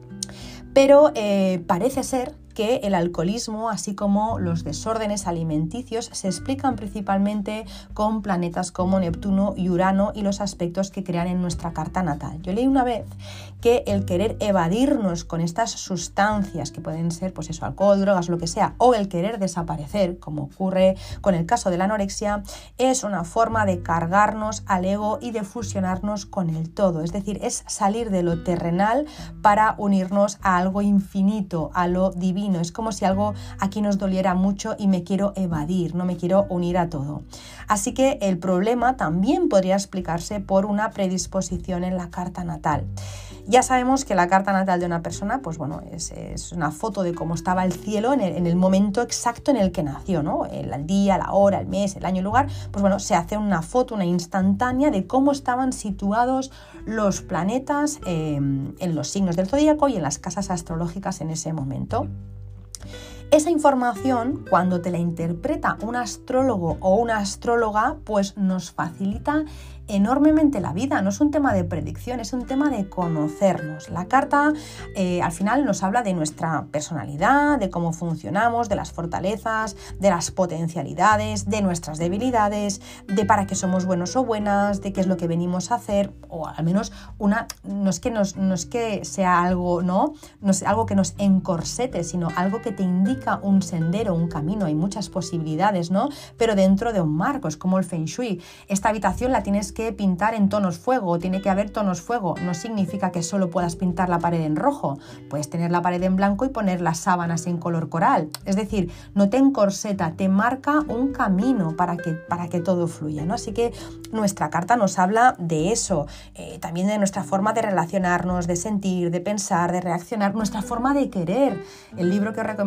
pero eh, parece ser que el alcoholismo, así como los desórdenes alimenticios, se explican principalmente con planetas como Neptuno y Urano y los aspectos que crean en nuestra carta natal. Yo leí una vez que el querer evadirnos con estas sustancias, que pueden ser pues eso, alcohol, drogas, lo que sea, o el querer desaparecer, como ocurre con el caso de la anorexia, es una forma de cargarnos al ego y de fusionarnos con el todo. Es decir, es salir de lo terrenal para unirnos a algo infinito, a lo divino. Es como si algo aquí nos doliera mucho y me quiero evadir, no me quiero unir a todo. Así que el problema también podría explicarse por una predisposición en la carta natal. Ya sabemos que la carta natal de una persona, pues bueno, es, es una foto de cómo estaba el cielo en el, en el momento exacto en el que nació, ¿no? El, el día, la hora, el mes, el año, el lugar. Pues bueno, se hace una foto, una instantánea de cómo estaban situados los planetas eh, en los signos del zodíaco y en las casas astrológicas en ese momento. Esa información, cuando te la interpreta un astrólogo o una astróloga, pues nos facilita enormemente la vida. No es un tema de predicción, es un tema de conocernos. La carta eh, al final nos habla de nuestra personalidad, de cómo funcionamos, de las fortalezas, de las potencialidades, de nuestras debilidades, de para qué somos buenos o buenas, de qué es lo que venimos a hacer, o al menos una, no es que, nos, no es que sea algo, ¿no? No es algo que nos encorsete, sino algo que te indica un sendero, un camino. Hay muchas posibilidades, ¿no? Pero dentro de un marco, es como el Feng Shui. Esta habitación la tienes que pintar en tonos fuego, tiene que haber tonos fuego. No significa que solo puedas pintar la pared en rojo, puedes tener la pared en blanco y poner las sábanas en color coral. Es decir, no te encorseta, te marca un camino para que, para que todo fluya, ¿no? Así que nuestra carta nos habla de eso, eh, también de nuestra forma de relacionarnos, de sentir, de pensar, de reaccionar, nuestra forma de querer. El libro que os recomendé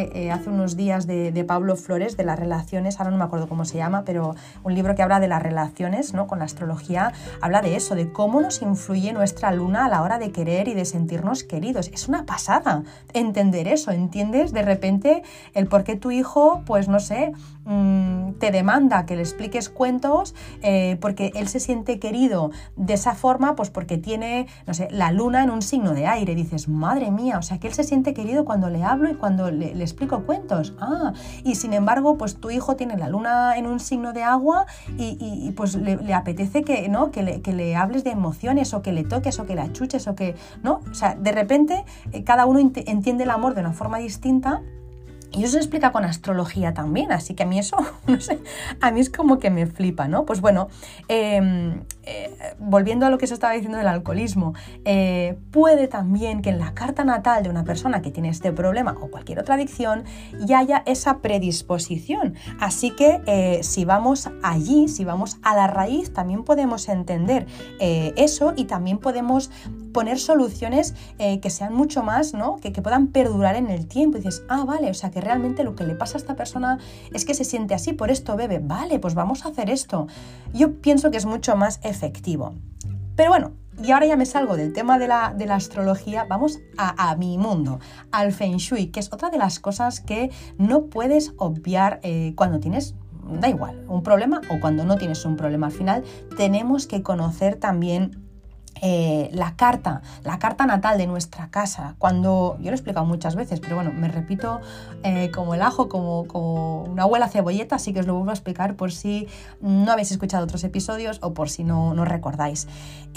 hablé eh, hace unos días de, de Pablo Flores, de las relaciones, ahora no me acuerdo cómo se llama, pero un libro que habla de las relaciones, ¿no? Con la astrología, habla de eso, de cómo nos influye nuestra luna a la hora de querer y de sentirnos queridos. Es una pasada entender eso, ¿entiendes? De repente el por qué tu hijo, pues no sé, mmm, te demanda que le expliques cuentos eh, porque él se siente querido de esa forma, pues porque tiene, no sé, la luna en un signo de aire. Dices, madre mía, o sea, que él se siente querido cuando le hablo y cuando le, le explico cuentos. Ah, y sin embargo, pues tu hijo tiene la luna en un signo de agua y, y, y pues le, le apetece que, ¿no? que, le, que le hables de emociones o que le toques o que le achuches o que, ¿no? O sea, de repente eh, cada uno ent- entiende el amor de una forma distinta. Y eso se explica con astrología también, así que a mí eso, no sé, a mí es como que me flipa, ¿no? Pues bueno, eh, eh, volviendo a lo que se estaba diciendo del alcoholismo, eh, puede también que en la carta natal de una persona que tiene este problema o cualquier otra adicción ya haya esa predisposición. Así que eh, si vamos allí, si vamos a la raíz, también podemos entender eh, eso y también podemos poner soluciones eh, que sean mucho más, ¿no? Que, que puedan perdurar en el tiempo. Y dices, ah, vale, o sea que realmente lo que le pasa a esta persona es que se siente así, por esto bebe. Vale, pues vamos a hacer esto. Yo pienso que es mucho más efectivo. Pero bueno, y ahora ya me salgo del tema de la, de la astrología, vamos a, a mi mundo, al Feng Shui, que es otra de las cosas que no puedes obviar eh, cuando tienes, da igual, un problema o cuando no tienes un problema. Al final tenemos que conocer también Eh, la carta, la carta natal de nuestra casa. Cuando, yo lo he explicado muchas veces, pero bueno, me repito eh, como el ajo, como, como una abuela cebolleta, así que os lo vuelvo a explicar por si no habéis escuchado otros episodios o por si no, no recordáis.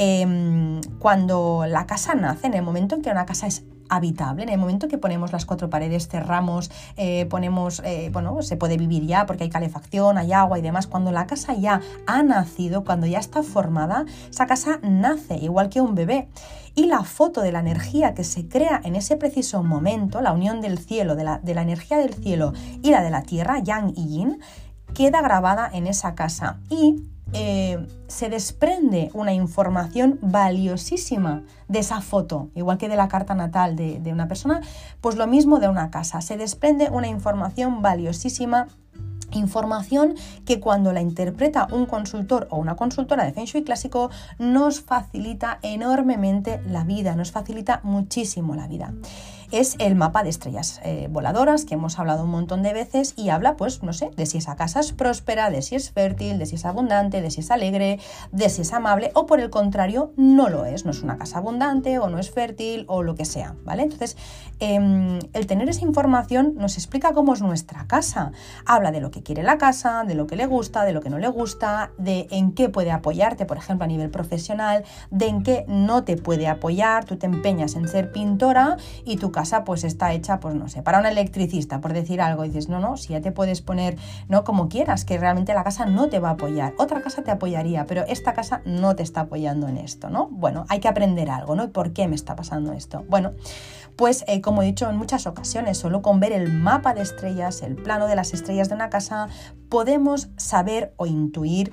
Eh, cuando la casa nace, en el momento en que una casa es habitable, en el momento que ponemos las cuatro paredes, cerramos, eh, ponemos, eh, bueno, se puede vivir ya porque hay calefacción, hay agua y demás. Cuando la casa ya ha nacido, cuando ya está formada, esa casa nace igual que un bebé. Y la foto de la energía que se crea en ese preciso momento, la unión del cielo, de la, de la energía del cielo y la de la tierra, Yang y Yin, queda grabada en esa casa y Eh, se desprende una información valiosísima de esa foto, igual que de la carta natal de, de una persona, pues lo mismo de una casa, se desprende una información valiosísima, información que cuando la interpreta un consultor o una consultora de Feng Shui clásico nos facilita enormemente la vida, nos facilita muchísimo la vida. Es el mapa de estrellas eh, voladoras que hemos hablado un montón de veces y habla, pues, no sé, de si esa casa es próspera, de si es fértil, de si es abundante, de si es alegre, de si es amable o por el contrario no lo es, no es una casa abundante o no es fértil o lo que sea, ¿vale? Entonces, eh, el tener esa información nos explica cómo es nuestra casa, habla de lo que quiere la casa, de lo que le gusta, de lo que no le gusta, de en qué puede apoyarte, por ejemplo, a nivel profesional, de en qué no te puede apoyar. Tú te empeñas en ser pintora y tu casa pues está hecha, pues no sé, para un electricista, por decir algo, y dices, no, no, si ya te puedes poner, no, como quieras, que realmente la casa no te va a apoyar, otra casa te apoyaría, pero esta casa no te está apoyando en esto, ¿no? Bueno, hay que aprender algo, ¿no? ¿Y por qué me está pasando esto? Bueno, pues eh, como he dicho en muchas ocasiones, solo con ver el mapa de estrellas, el plano de las estrellas de una casa, podemos saber o intuir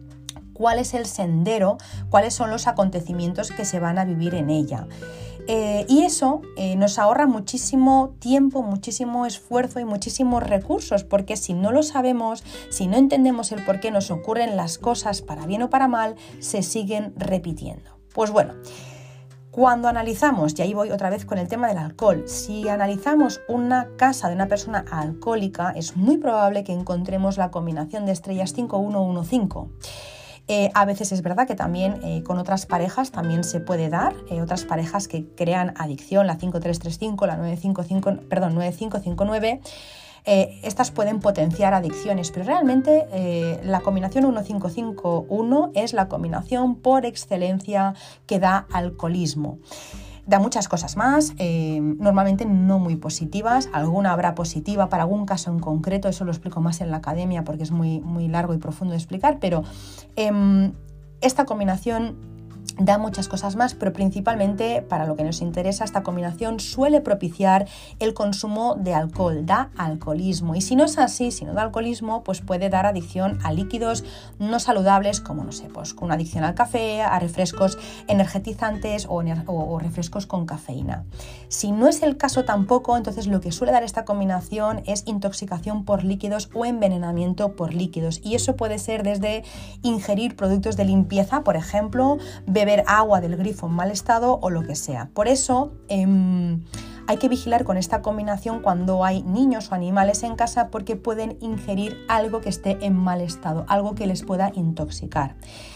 cuál es el sendero, cuáles son los acontecimientos que se van a vivir en ella. Eh, y eso eh, nos ahorra muchísimo tiempo, muchísimo esfuerzo y muchísimos recursos, porque si no lo sabemos, si no entendemos el por qué nos ocurren las cosas para bien o para mal, se siguen repitiendo. Pues bueno, cuando analizamos, y ahí voy otra vez con el tema del alcohol, si analizamos una casa de una persona alcohólica, es muy probable que encontremos la combinación de estrellas cinco uno uno cinco. Eh, a veces es verdad que también eh, con otras parejas también se puede dar, eh, otras parejas que crean adicción, la cinco tres tres cinco, la nueve cinco cinco, perdón, nueve cinco cinco nueve, eh, estas pueden potenciar adicciones, pero realmente eh, la combinación uno cinco cinco uno es la combinación por excelencia que da alcoholismo. Da muchas cosas más, eh, normalmente no muy positivas, alguna habrá positiva para algún caso en concreto, eso lo explico más en la academia porque es muy, muy largo y profundo de explicar, pero eh, esta combinación Da muchas cosas más, pero principalmente para lo que nos interesa, esta combinación suele propiciar el consumo de alcohol, da alcoholismo. Y si no es así, si no da alcoholismo, pues puede dar adicción a líquidos no saludables, como no sé, pues con una adicción al café, a refrescos energetizantes o, ener- o, o refrescos con cafeína. Si no es el caso tampoco, entonces lo que suele dar esta combinación es intoxicación por líquidos o envenenamiento por líquidos. Y eso puede ser desde ingerir productos de limpieza, por ejemplo, beber agua del grifo en mal estado o lo que sea. Por eso eh, hay que vigilar con esta combinación cuando hay niños o animales en casa, porque pueden ingerir algo que esté en mal estado, algo que les pueda intoxicar.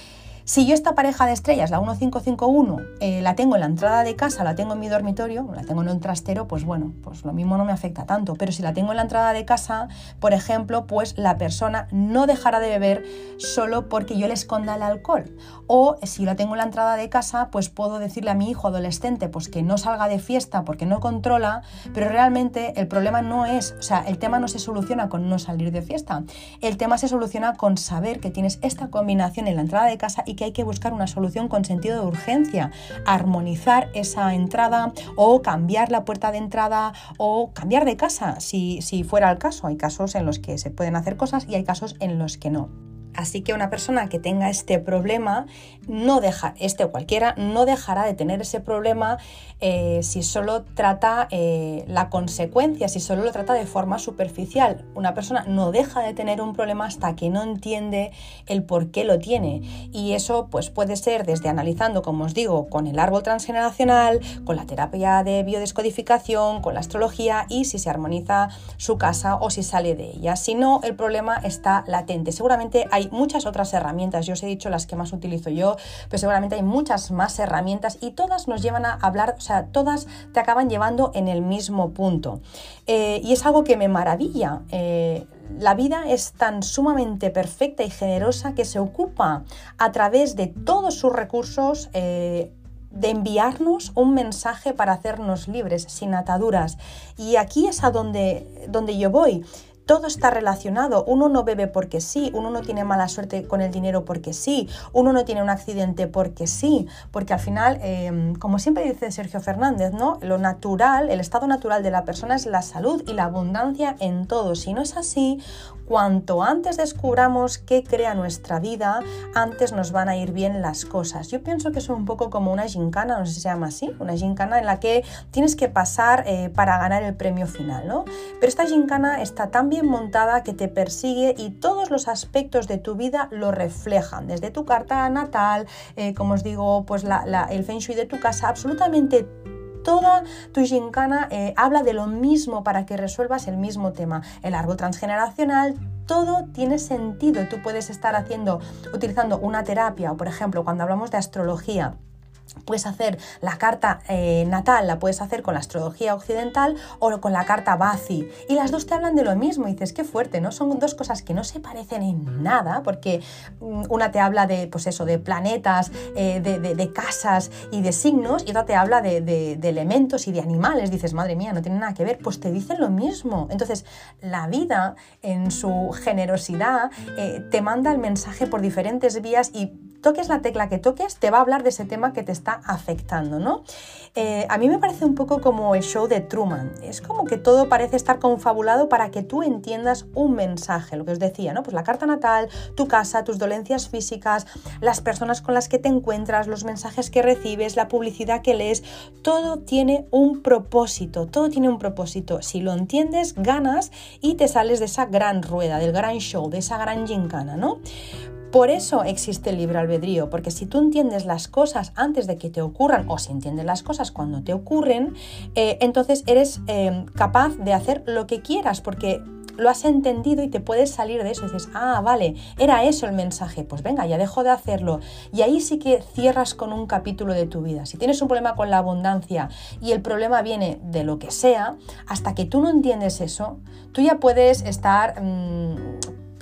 Si yo esta pareja de estrellas, la uno cinco cinco uno, eh, la tengo en la entrada de casa, la tengo en mi dormitorio, la tengo en un trastero, pues bueno, pues lo mismo no me afecta tanto. Pero si la tengo en la entrada de casa, por ejemplo, pues la persona no dejará de beber solo porque yo le esconda el alcohol. O si la tengo en la entrada de casa, pues puedo decirle a mi hijo adolescente pues que no salga de fiesta porque no controla, pero realmente el problema no es, o sea, el tema no se soluciona con no salir de fiesta. El tema se soluciona con saber que tienes esta combinación en la entrada de casa y que hay que buscar una solución con sentido de urgencia, armonizar esa entrada o cambiar la puerta de entrada o cambiar de casa, si, si fuera el caso. Hay casos en los que se pueden hacer cosas y hay casos en los que no. Así que una persona que tenga este problema, no deja, este o cualquiera, no dejará de tener ese problema eh, si solo trata eh, la consecuencia, si solo lo trata de forma superficial. Una persona no deja de tener un problema hasta que no entiende el por qué lo tiene. Y eso pues, puede ser desde analizando, como os digo, con el árbol transgeneracional, con la terapia de biodescodificación, con la astrología y si se armoniza su casa o si sale de ella. Si no, el problema está latente. Seguramente hay muchas otras herramientas, yo os he dicho las que más utilizo yo, pero seguramente hay muchas más herramientas y todas nos llevan a hablar, o sea, todas te acaban llevando en el mismo punto. Eh, y es algo que me maravilla. Eh, la vida es tan sumamente perfecta y generosa que se ocupa a través de todos sus recursos eh, de enviarnos un mensaje para hacernos libres, sin ataduras. Y aquí es a donde, donde yo voy. Todo está relacionado. Uno no bebe porque sí, uno no tiene mala suerte con el dinero porque sí, uno no tiene un accidente porque sí, porque al final, eh, como siempre dice Sergio Fernández, ¿no? Lo natural, el estado natural de la persona es la salud y la abundancia en todo. Si no es así, cuanto antes descubramos qué crea nuestra vida, antes nos van a ir bien las cosas. Yo pienso que es un poco como una gincana, no sé si se llama así, una gincana en la que tienes que pasar eh, para ganar el premio final, ¿no? Pero esta gincana está tan bien montada que te persigue y todos los aspectos de tu vida lo reflejan, desde tu carta natal, eh, como os digo, pues la, la, el feng shui de tu casa, absolutamente toda tu gincana eh, habla de lo mismo para que resuelvas el mismo tema. El árbol transgeneracional, todo tiene sentido. Tú puedes estar haciendo, utilizando una terapia o, por ejemplo, cuando hablamos de astrología, puedes hacer la carta eh, natal, la puedes hacer con la astrología occidental o con la carta Bazi. Y las dos te hablan de lo mismo. Y dices, qué fuerte, ¿no? Son dos cosas que no se parecen en nada, porque una te habla de, pues eso, de planetas, eh, de, de, de casas y de signos, y otra te habla de, de, de elementos y de animales. Dices, madre mía, no tiene nada que ver. Pues te dicen lo mismo. Entonces, la vida, en su generosidad, eh, te manda el mensaje por diferentes vías y toques la tecla que toques, te va a hablar de ese tema que te está afectando, ¿no? Eh, a mí me parece un poco como el show de Truman. Es como que todo parece estar confabulado para que tú entiendas un mensaje, lo que os decía, ¿no? Pues la carta natal, tu casa, tus dolencias físicas, las personas con las que te encuentras, los mensajes que recibes, la publicidad que lees, todo tiene un propósito, todo tiene un propósito. Si lo entiendes, ganas y te sales de esa gran rueda, del gran show, de esa gran gincana, ¿no? Por eso existe el libre albedrío, porque si tú entiendes las cosas antes de que te ocurran o si entiendes las cosas cuando te ocurren, eh, entonces eres eh, capaz de hacer lo que quieras porque lo has entendido y te puedes salir de eso. Y dices, ah, vale, era eso el mensaje, pues venga, ya dejo de hacerlo. Y ahí sí que cierras con un capítulo de tu vida. Si tienes un problema con la abundancia y el problema viene de lo que sea, hasta que tú no entiendes eso, tú ya puedes estar Mmm,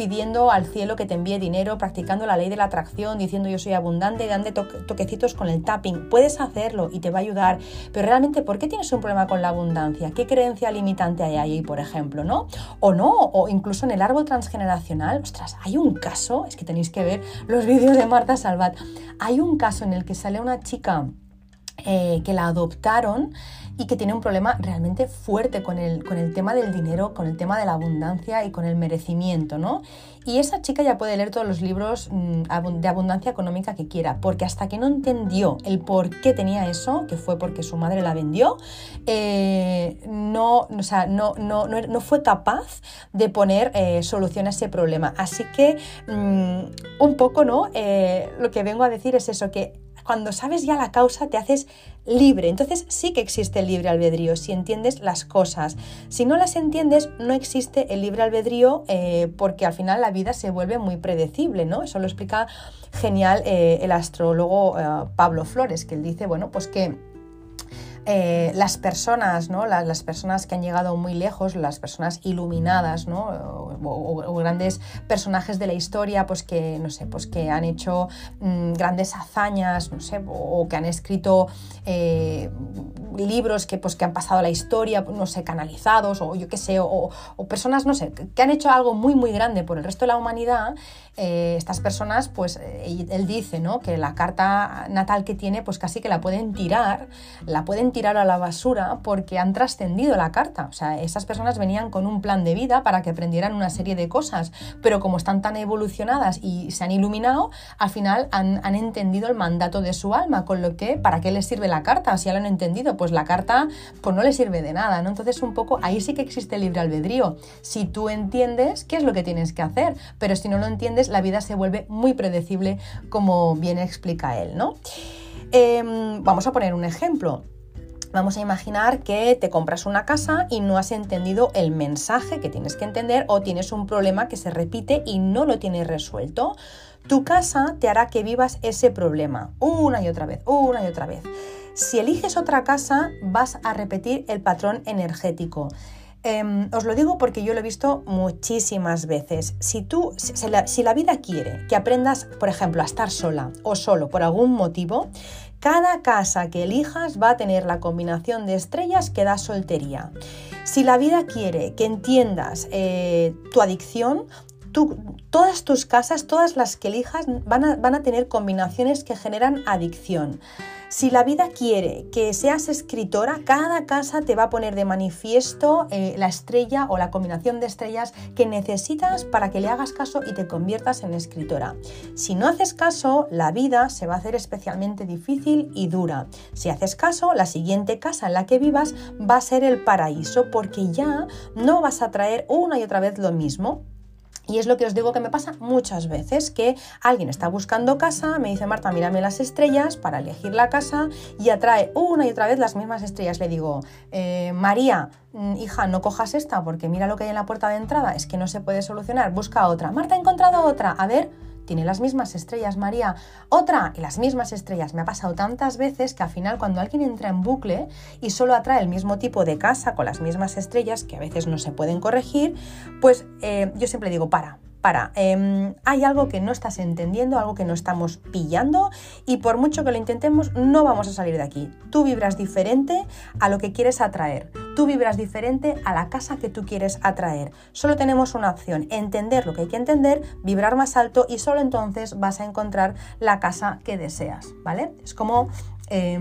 pidiendo al cielo que te envíe dinero, practicando la ley de la atracción, diciendo yo soy abundante, dando to- toquecitos con el tapping. Puedes hacerlo y te va a ayudar, pero realmente, ¿por qué tienes un problema con la abundancia? ¿Qué creencia limitante hay ahí, por ejemplo, no? O no, o incluso en el árbol transgeneracional, ostras, hay un caso, es que tenéis que ver los vídeos de Marta Salvat, hay un caso en el que sale una chica eh, que la adoptaron y que tiene un problema realmente fuerte con el, con el tema del dinero, con el tema de la abundancia y con el merecimiento, ¿no? Y esa chica ya puede leer todos los libros mmm, de abundancia económica que quiera, porque hasta que no entendió el por qué tenía eso, que fue porque su madre la vendió, eh, no, o sea, no, no, no, no fue capaz de poner eh, solución a ese problema. Así que mmm, un poco, ¿no? Eh, lo que vengo a decir es eso, que cuando sabes ya la causa te haces libre. Entonces sí que existe el libre albedrío si entiendes las cosas. Si no las entiendes, no existe el libre albedrío eh, porque al final la vida se vuelve muy predecible, ¿no? Eso lo explica genial eh, el astrólogo eh, Pablo Flores, que él dice, bueno, pues que Eh, las personas, ¿no? Las, las personas que han llegado muy lejos, las personas iluminadas, ¿no? o, o, o grandes personajes de la historia, pues que, no sé, pues que han hecho mmm, grandes hazañas, no sé, o, o que han escrito eh, libros que, pues, que han pasado a la historia, no sé, canalizados, o yo qué sé, o, o personas, no sé, que han hecho algo muy, muy grande por el resto de la humanidad. Eh, estas personas, pues eh, él dice, ¿no? Que la carta natal que tiene, pues casi que la pueden tirar, la pueden tirar a la basura porque han trascendido la carta. O sea, esas personas venían con un plan de vida para que aprendieran una serie de cosas, pero como están tan evolucionadas y se han iluminado, al final han, han entendido el mandato de su alma, con lo que, ¿para qué les sirve la carta? Si ya lo han entendido, pues la carta pues no les sirve de nada, ¿no? Entonces un poco ahí sí que existe el libre albedrío. Si tú entiendes qué es lo que tienes que hacer, pero si no lo entiendes, la vida se vuelve muy predecible, como bien explica él, ¿no? Eh, vamos a poner un ejemplo. Vamos a imaginar que te compras una casa y no has entendido el mensaje que tienes que entender, o tienes un problema que se repite y no lo tienes resuelto. Tu casa te hará que vivas ese problema una y otra vez, una y otra vez. Si eliges otra casa, vas a repetir el patrón energético. Eh, os lo digo porque yo lo he visto muchísimas veces. Si tú, si la, si la vida quiere que aprendas, por ejemplo, a estar sola o solo por algún motivo, cada casa que elijas va a tener la combinación de estrellas que da soltería. Si la vida quiere que entiendas eh, tu adicción, tú, todas tus casas, todas las que elijas, van a, van a tener combinaciones que generan adicción. Si la vida quiere que seas escritora, cada casa te va a poner de manifiesto eh, la estrella o la combinación de estrellas que necesitas para que le hagas caso y te conviertas en escritora. Si no haces caso, la vida se va a hacer especialmente difícil y dura. Si haces caso, la siguiente casa en la que vivas va a ser el paraíso, porque ya no vas a traer una y otra vez lo mismo. Y es lo que os digo que me pasa muchas veces, que alguien está buscando casa, me dice Marta, mírame las estrellas para elegir la casa, y atrae una y otra vez las mismas estrellas. Le digo, eh, María, hija, no cojas esta porque mira lo que hay en la puerta de entrada, es que no se puede solucionar, busca otra. Marta, he encontrado otra, a ver, tiene las mismas estrellas, María, otra y las mismas estrellas. Me ha pasado tantas veces que al final, cuando alguien entra en bucle y solo atrae el mismo tipo de casa con las mismas estrellas, que a veces no se pueden corregir, pues eh, yo siempre digo, para, para, eh, hay algo que no estás entendiendo, algo que no estamos pillando, y por mucho que lo intentemos, no vamos a salir de aquí. Tú vibras diferente a lo que quieres atraer. Tú vibras diferente a la casa que tú quieres atraer. Solo tenemos una opción, entender lo que hay que entender, vibrar más alto, y solo entonces vas a encontrar la casa que deseas, ¿vale? Es como... Eh,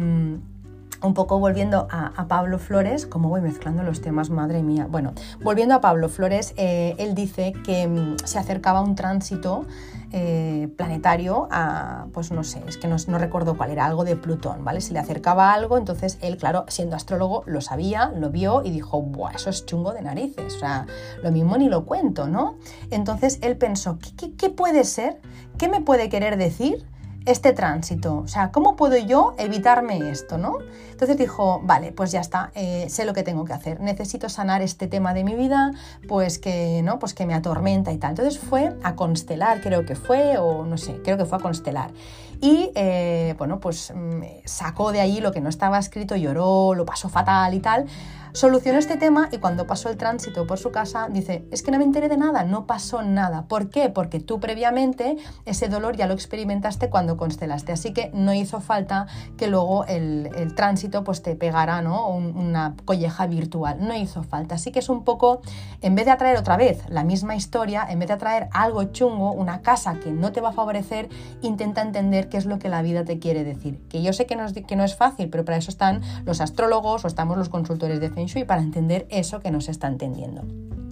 un poco volviendo a, a Pablo Flores, como voy mezclando los temas, madre mía. Bueno, volviendo a Pablo Flores, eh, él dice que mm, se acercaba un tránsito eh, planetario a, pues no sé, es que no, no recuerdo cuál era, algo de Plutón, ¿vale? Se le acercaba algo, entonces él, claro, siendo astrólogo, lo sabía, lo vio y dijo, ¡buah, eso es chungo de narices! O sea, lo mismo ni lo cuento, ¿no? Entonces él pensó, ¿qué, qué, qué puede ser? ¿Qué me puede querer decir este tránsito, o sea, ¿cómo puedo yo evitarme esto, ¿no? Entonces dijo, vale, pues ya está, eh, sé lo que tengo que hacer, necesito sanar este tema de mi vida, pues que, ¿no? Pues que me atormenta y tal. Entonces fue a constelar, creo que fue, o no sé, creo que fue a constelar. Y, eh, bueno, pues sacó de allí lo que no estaba escrito, lloró, lo pasó fatal y tal. Solucionó este tema y cuando pasó el tránsito por su casa dice, es que no me enteré de nada, no pasó nada. ¿Por qué? Porque tú previamente ese dolor ya lo experimentaste cuando constelaste, así que no hizo falta que luego el, el tránsito pues te pegara, ¿no? Un, una colleja virtual, no hizo falta. Así que es un poco, en vez de atraer otra vez la misma historia, en vez de atraer algo chungo, una casa que no te va a favorecer, intenta entender qué es lo que la vida te quiere decir. Que yo sé que no es, que no es fácil, pero para eso están los astrólogos o estamos los consultores de Feng Shui, para entender eso que nos está entendiendo.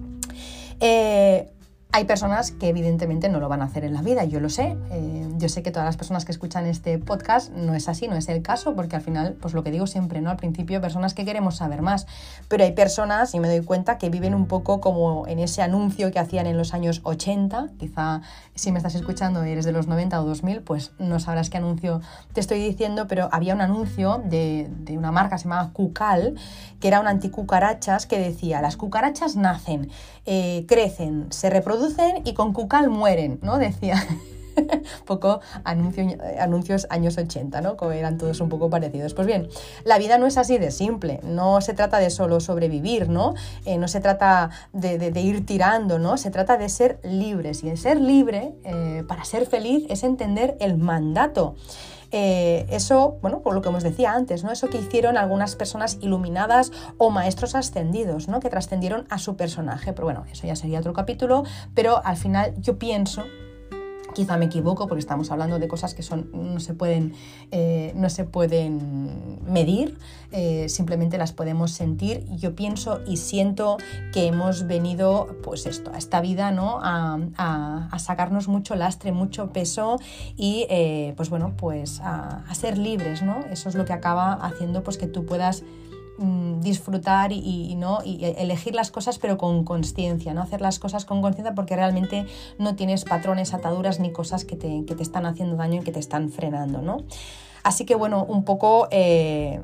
Eh, Hay personas que evidentemente no lo van a hacer en la vida, yo lo sé. Eh, yo sé que todas las personas que escuchan este podcast no es así, no es el caso, porque al final, pues lo que digo siempre, ¿no? Al principio, personas que queremos saber más, pero hay personas, y me doy cuenta, que viven un poco como en ese anuncio que hacían en los años ochenta, quizá si me estás escuchando y eres de los noventa o dos mil, pues no sabrás qué anuncio te estoy diciendo, pero había un anuncio de, de una marca que se llamaba Cucal, que era un anticucarachas, que decía, las cucarachas nacen, eh, crecen, se reproducen, y con Cucal mueren, ¿no? Decía. poco anuncio, anuncios años ochenta, ¿no? Como eran todos un poco parecidos. Pues bien, la vida no es así de simple, no se trata de solo sobrevivir, ¿no? Eh, no se trata de, de, de ir tirando, ¿no? Se trata de ser libres, y de ser libre, eh, para ser feliz, es entender el mandato. Eh, eso, bueno, por lo que os decía antes, ¿no? Eso que hicieron algunas personas iluminadas o maestros ascendidos, ¿no? Que trascendieron a su personaje. Pero bueno, eso ya sería otro capítulo, pero al final yo pienso, quizá me equivoco porque estamos hablando de cosas que son, no se pueden, eh, no se pueden medir, eh, simplemente las podemos sentir. Yo pienso y siento que hemos venido, pues esto, a esta vida, ¿no? A, a, a sacarnos mucho lastre, mucho peso y, eh, pues bueno, pues a, a ser libres, ¿no? Eso es lo que acaba haciendo pues que tú puedas disfrutar y, y, ¿no? y elegir las cosas, pero con consciencia, ¿no? Hacer las cosas con consciencia porque realmente no tienes patrones, ataduras ni cosas que te, que te están haciendo daño y que te están frenando, ¿no? Así que bueno, un poco eh,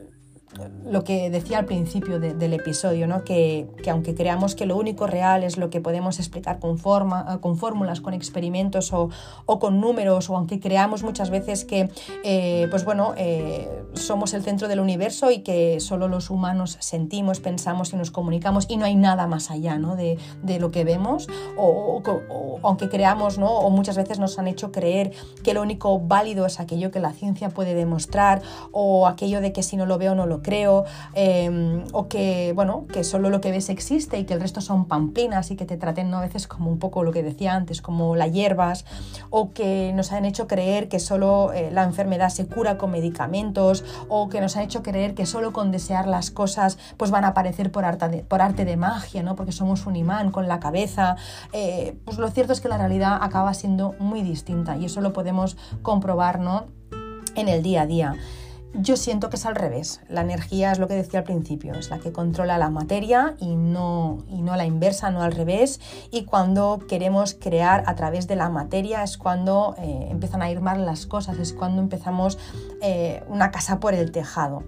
lo que decía al principio de, del episodio, ¿no? que, que aunque creamos que lo único real es lo que podemos explicar con, forma, con fórmulas, con experimentos o, o con números, o aunque creamos muchas veces que eh, pues bueno, eh, somos el centro del universo y que solo los humanos sentimos, pensamos y nos comunicamos y no hay nada más allá, ¿no? de, de lo que vemos, o, o, o aunque creamos, ¿no? O muchas veces nos han hecho creer que lo único válido es aquello que la ciencia puede demostrar, o aquello de que si no lo veo no lo creo, eh, o que, bueno, que solo lo que ves existe y que el resto son pamplinas y que te traten, ¿no? A veces como un poco lo que decía antes, como las hierbas, o que nos han hecho creer que solo eh, la enfermedad se cura con medicamentos, o que nos han hecho creer que solo con desear las cosas pues van a aparecer por arte de, por arte de magia, ¿no? Porque somos un imán con la cabeza. Eh, pues lo cierto es que la realidad acaba siendo muy distinta y eso lo podemos comprobar, ¿no? En el día a día. Yo siento que es al revés. La energía es lo que decía al principio, es la que controla la materia y no, y no la inversa, no al revés. Y cuando queremos crear a través de la materia es cuando eh, empiezan a ir mal las cosas, es cuando empezamos eh, una casa por el tejado.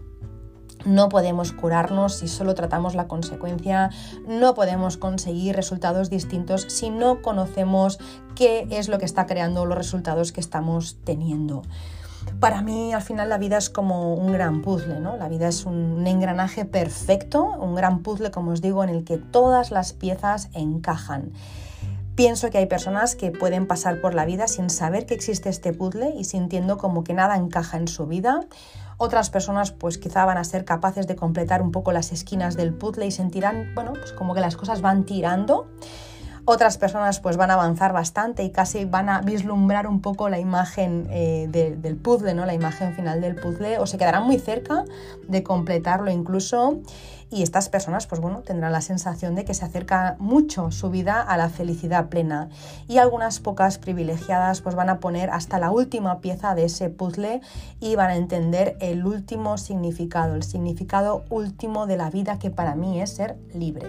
No podemos curarnos si solo tratamos la consecuencia, no podemos conseguir resultados distintos si no conocemos qué es lo que está creando los resultados que estamos teniendo. Para mí, al final, la vida es como un gran puzzle, ¿no? La vida es un engranaje perfecto, un gran puzzle, como os digo, en el que todas las piezas encajan. Pienso que hay personas que pueden pasar por la vida sin saber que existe este puzzle y sintiendo como que nada encaja en su vida. Otras personas pues quizá van a ser capaces de completar un poco las esquinas del puzzle y sentirán, bueno, pues como que las cosas van tirando. Otras personas pues van a avanzar bastante y casi van a vislumbrar un poco la imagen eh, de, del puzzle, ¿no? La imagen final del puzzle, o se quedarán muy cerca de completarlo incluso. Y estas personas pues bueno, tendrán la sensación de que se acerca mucho su vida a la felicidad plena. Y algunas pocas privilegiadas pues van a poner hasta la última pieza de ese puzzle y van a entender el último significado, el significado último de la vida, que para mí es ser libre.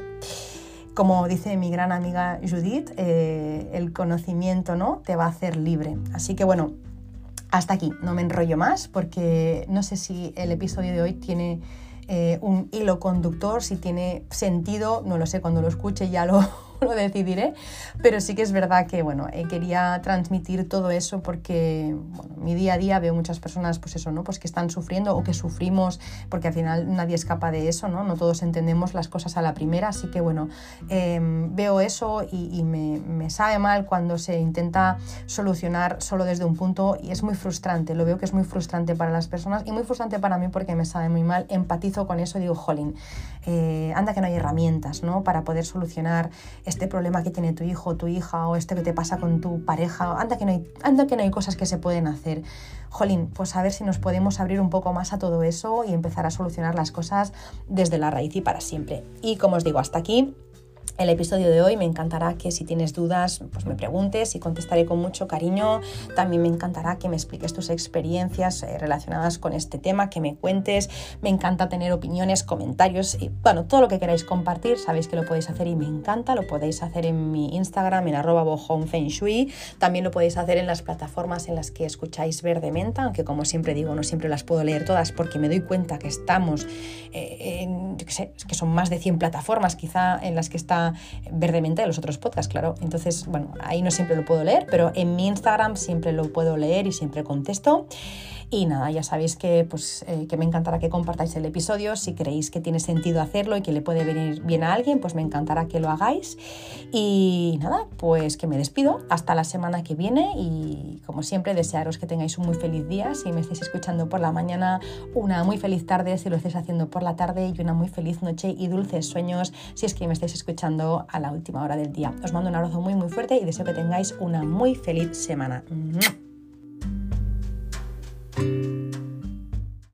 Como dice mi gran amiga Judith, eh, el conocimiento, ¿no? te va a hacer libre. Así que bueno, hasta aquí, no me enrollo más porque no sé si el episodio de hoy tiene eh, un hilo conductor, si tiene sentido, no lo sé, cuando lo escuche ya lo... lo decidiré, pero sí que es verdad que bueno, eh, quería transmitir todo eso porque bueno, mi día a día veo muchas personas pues eso, ¿no? Pues que están sufriendo o que sufrimos, porque al final nadie escapa de eso, ¿no? No todos entendemos las cosas a la primera, así que bueno, eh, veo eso y, y me, me sabe mal cuando se intenta solucionar solo desde un punto y es muy frustrante, lo veo que es muy frustrante para las personas y muy frustrante para mí porque me sabe muy mal, empatizo con eso y digo, jolín, eh, anda que no hay herramientas, ¿no? Para poder solucionar este problema que tiene tu hijo o tu hija o este que te pasa con tu pareja, anda que no hay, anda que no hay cosas que se pueden hacer. Jolín, pues a ver si nos podemos abrir un poco más a todo eso y empezar a solucionar las cosas desde la raíz y para siempre. Y como os digo, hasta aquí el episodio de hoy. Me encantará que si tienes dudas pues me preguntes y contestaré con mucho cariño. También me encantará que me expliques tus experiencias eh, relacionadas con este tema, que me cuentes. Me encanta tener opiniones, comentarios y bueno, todo lo que queráis compartir, sabéis que lo podéis hacer y me encanta. Lo podéis hacer en mi Instagram, en arroba bohomefengshui. También lo podéis hacer en las plataformas en las que escucháis Verde Menta, aunque como siempre digo, no siempre las puedo leer todas porque me doy cuenta que estamos eh, en, yo qué sé, que son más de cien plataformas quizá en las que está Verde Menta de los otros podcasts, claro. Entonces, bueno, ahí no siempre lo puedo leer, pero en mi Instagram siempre lo puedo leer y siempre contesto. Y nada, ya sabéis que, pues, eh, que me encantará que compartáis el episodio. Si creéis que tiene sentido hacerlo y que le puede venir bien a alguien, pues me encantará que lo hagáis. Y nada, pues que me despido hasta la semana que viene y como siempre desearos que tengáis un muy feliz día. Si me estáis escuchando por la mañana, una muy feliz tarde si lo estáis haciendo por la tarde y una muy feliz noche y dulces sueños si es que me estáis escuchando a la última hora del día. Os mando un abrazo muy muy fuerte y deseo que tengáis una muy feliz semana.